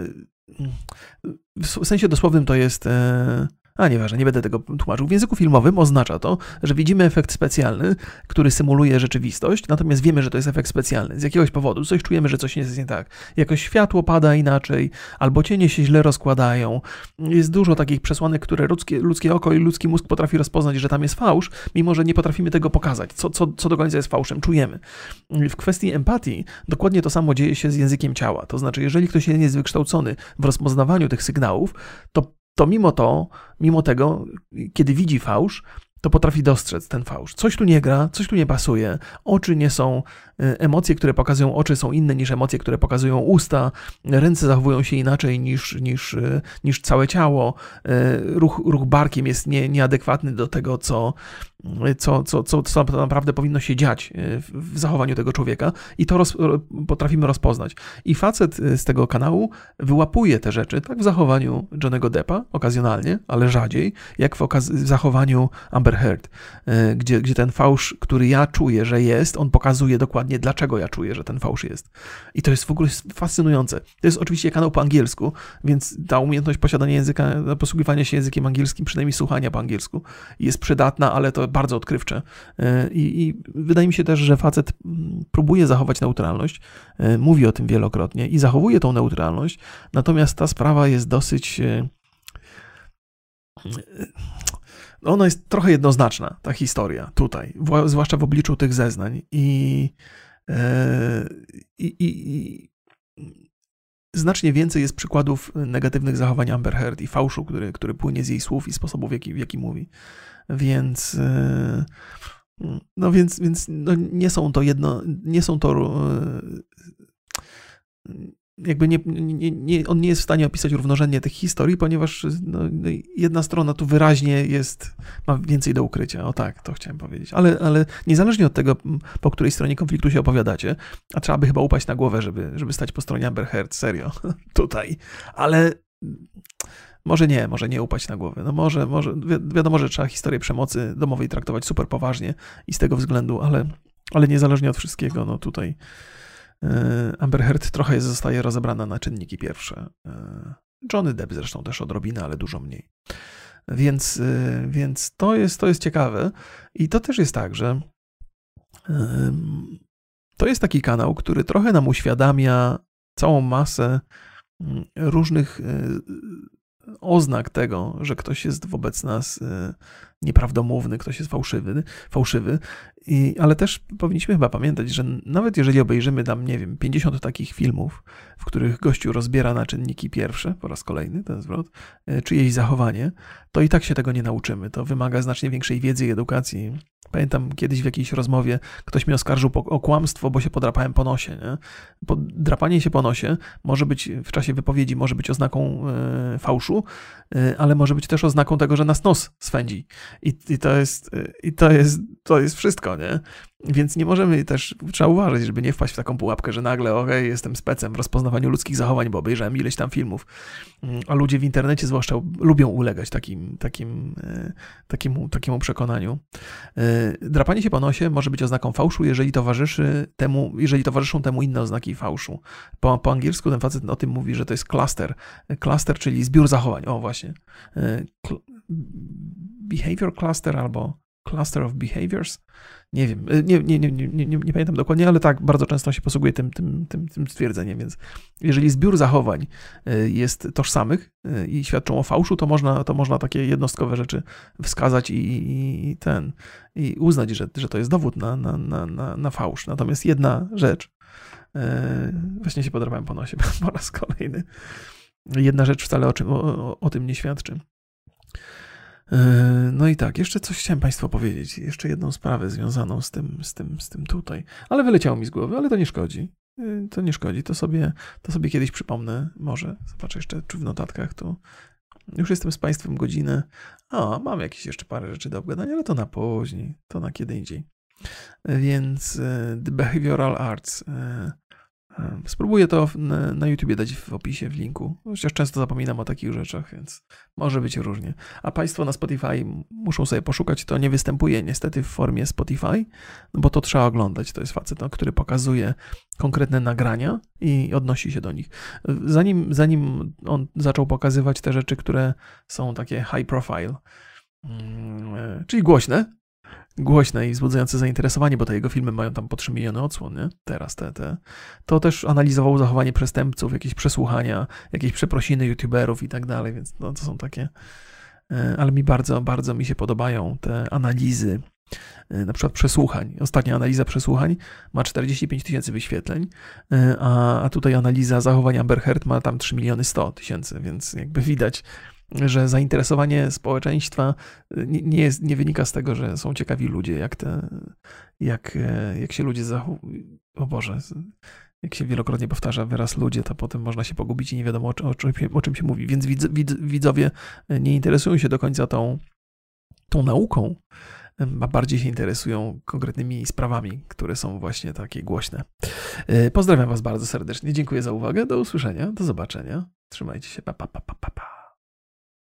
W sensie dosłownym to jest... A nieważne, nie będę tego tłumaczył. W języku filmowym oznacza to, że widzimy efekt specjalny, który symuluje rzeczywistość, natomiast wiemy, że to jest efekt specjalny. Z jakiegoś powodu coś czujemy, że coś jest nie tak. Jakoś światło pada inaczej, albo cienie się źle rozkładają. Jest dużo takich przesłanek, które ludzkie, ludzkie oko i ludzki mózg potrafi rozpoznać, że tam jest fałsz, mimo że nie potrafimy tego pokazać. Co, co, co do końca jest fałszem, czujemy. W kwestii empatii dokładnie to samo dzieje się z językiem ciała. To znaczy, jeżeli ktoś nie jest wykształcony w rozpoznawaniu tych sygnałów, to to mimo to, mimo tego, kiedy widzi fałsz, to potrafi dostrzec ten fałsz. Coś tu nie gra, coś tu nie pasuje, oczy nie są, emocje, które pokazują oczy są inne niż emocje, które pokazują usta, ręce zachowują się inaczej niż, niż, niż całe ciało, ruch, ruch barkiem jest nie, nieadekwatny do tego, co, co, co, co, co naprawdę powinno się dziać w zachowaniu tego człowieka i to roz, potrafimy rozpoznać. I facet z tego kanału wyłapuje te rzeczy, tak w zachowaniu Johnny'ego Deppa, okazjonalnie, ale rzadziej, jak w, okaz- w zachowaniu Amber Heard, gdzie, gdzie ten fałsz, który ja czuję, że jest, on pokazuje dokładnie, dlaczego ja czuję, że ten fałsz jest. I to jest w ogóle fascynujące. To jest oczywiście kanał po angielsku, więc ta umiejętność posiadania języka, posługiwania się językiem angielskim, przynajmniej słuchania po angielsku, jest przydatna, ale to bardzo odkrywcze. I, i wydaje mi się też, że facet próbuje zachować neutralność, mówi o tym wielokrotnie i zachowuje tą neutralność, natomiast ta sprawa jest dosyć... Ona jest trochę jednoznaczna, ta historia tutaj, zwłaszcza w obliczu tych zeznań i, i, i, i znacznie więcej jest przykładów negatywnych zachowań Amber Heard i fałszu, który, który płynie z jej słów i sposobu, w jaki, w jaki mówi. Więc no więc, więc no nie są to jedno, nie są to jakby nie, nie, nie, on nie jest w stanie opisać równorzędnie tych historii, ponieważ no, jedna strona tu wyraźnie jest, ma więcej do ukrycia. O tak, to chciałem powiedzieć. Ale, ale niezależnie od tego, po której stronie konfliktu się opowiadacie, a trzeba by chyba upaść na głowę, żeby, żeby stać po stronie Amber Heard, serio, tutaj. Ale może nie, może nie upaść na głowę. No może, może wi- wiadomo, że trzeba historię przemocy domowej traktować super poważnie i z tego względu, ale, ale niezależnie od wszystkiego, no tutaj Amber Heard trochę zostaje rozebrana na czynniki pierwsze. Johnny Depp zresztą też odrobinę, ale dużo mniej. Więc, więc to jest, to jest ciekawe. I to też jest tak, że to jest taki kanał, który trochę nam uświadamia całą masę różnych oznak tego, że ktoś jest wobec nas nieprawdomówny, ktoś jest fałszywy, fałszywy. I, ale też powinniśmy chyba pamiętać, że nawet jeżeli obejrzymy tam, nie wiem, pięćdziesiąt takich filmów, w których gościu rozbiera na czynniki pierwsze, po raz kolejny ten zwrot, czyjeś zachowanie, to i tak się tego nie nauczymy. To wymaga znacznie większej wiedzy i edukacji. Pamiętam kiedyś w jakiejś rozmowie ktoś mnie oskarżył o kłamstwo, bo się podrapałem po nosie. Nie? Drapanie się po nosie może być w czasie wypowiedzi, może być oznaką e, fałszu, e, ale może być też oznaką tego, że nas nos swędzi. I, i, to, jest, e, i to, jest, to jest wszystko, nie? Więc nie możemy też, trzeba uważać, żeby nie wpaść w taką pułapkę, że nagle, okej, okay, jestem specem w rozpoznawaniu ludzkich zachowań, bo obejrzałem ileś tam filmów. A ludzie w internecie zwłaszcza lubią ulegać takim, takim, takiemu, takiemu przekonaniu. Drapanie się po nosie może być oznaką fałszu, jeżeli towarzyszy temu, jeżeli towarzyszą temu inne oznaki fałszu. Po, po angielsku ten facet o tym mówi, że to jest cluster. Cluster, czyli zbiór zachowań. O, właśnie. Behavior cluster albo cluster of behaviors. Nie wiem, nie, nie, nie, nie, nie, nie pamiętam dokładnie, ale tak, bardzo często się posługuje tym, tym, tym, tym stwierdzeniem, więc jeżeli zbiór zachowań jest tożsamych i świadczą o fałszu, to można, to można takie jednostkowe rzeczy wskazać i, i ten, i uznać, że, że to jest dowód na, na, na, na, na fałsz. Natomiast jedna rzecz, właśnie się podrapałem po nosie po raz kolejny, jedna rzecz wcale o, czym, o, o tym nie świadczy. No i tak, jeszcze coś chciałem Państwu powiedzieć, jeszcze jedną sprawę związaną z tym, z tym, z tym tutaj, ale wyleciało mi z głowy, ale to nie szkodzi, to nie szkodzi, to sobie, to sobie kiedyś przypomnę, może, zobaczę jeszcze, czy w notatkach tu, już jestem z Państwem godzinę, a mam jakieś jeszcze parę rzeczy do obgadania, ale to na później, to na kiedy indziej, więc The Behavioral Arts, Spróbuję to na YouTubie dać w opisie, w linku. Chociaż często zapominam o takich rzeczach, więc może być różnie. A Państwo na Spotify muszą sobie poszukać. To nie występuje niestety w formie Spotify, no bo to trzeba oglądać. To jest facet, no, który pokazuje konkretne nagrania i odnosi się do nich. Zanim, zanim on zaczął pokazywać te rzeczy, które są takie high profile, czyli głośne, głośne i wzbudzające zainteresowanie, bo te jego filmy mają tam po trzy miliony odsłon, nie? Teraz te, te. To też analizował zachowanie przestępców, jakieś przesłuchania, jakieś przeprosiny youtuberów i tak dalej, więc no, to są takie, ale mi bardzo, bardzo mi się podobają te analizy, na przykład przesłuchań. Ostatnia analiza przesłuchań ma czterdzieści pięć tysięcy wyświetleń, a, a tutaj analiza zachowania Amber Heard ma tam trzy miliony sto tysięcy, więc jakby widać, że zainteresowanie społeczeństwa nie, nie, jest, nie wynika z tego, że są ciekawi ludzie, jak, te, jak, jak się ludzie zachowują. O Boże, jak się wielokrotnie powtarza wyraz ludzie, to potem można się pogubić i nie wiadomo, o, o, czym, o czym się mówi. Więc widz, widz, widzowie nie interesują się do końca tą, tą nauką, a bardziej się interesują konkretnymi sprawami, które są właśnie takie głośne. Pozdrawiam Was bardzo serdecznie. Dziękuję za uwagę. Do usłyszenia. Do zobaczenia. Trzymajcie się. Pa, pa, pa, pa, pa.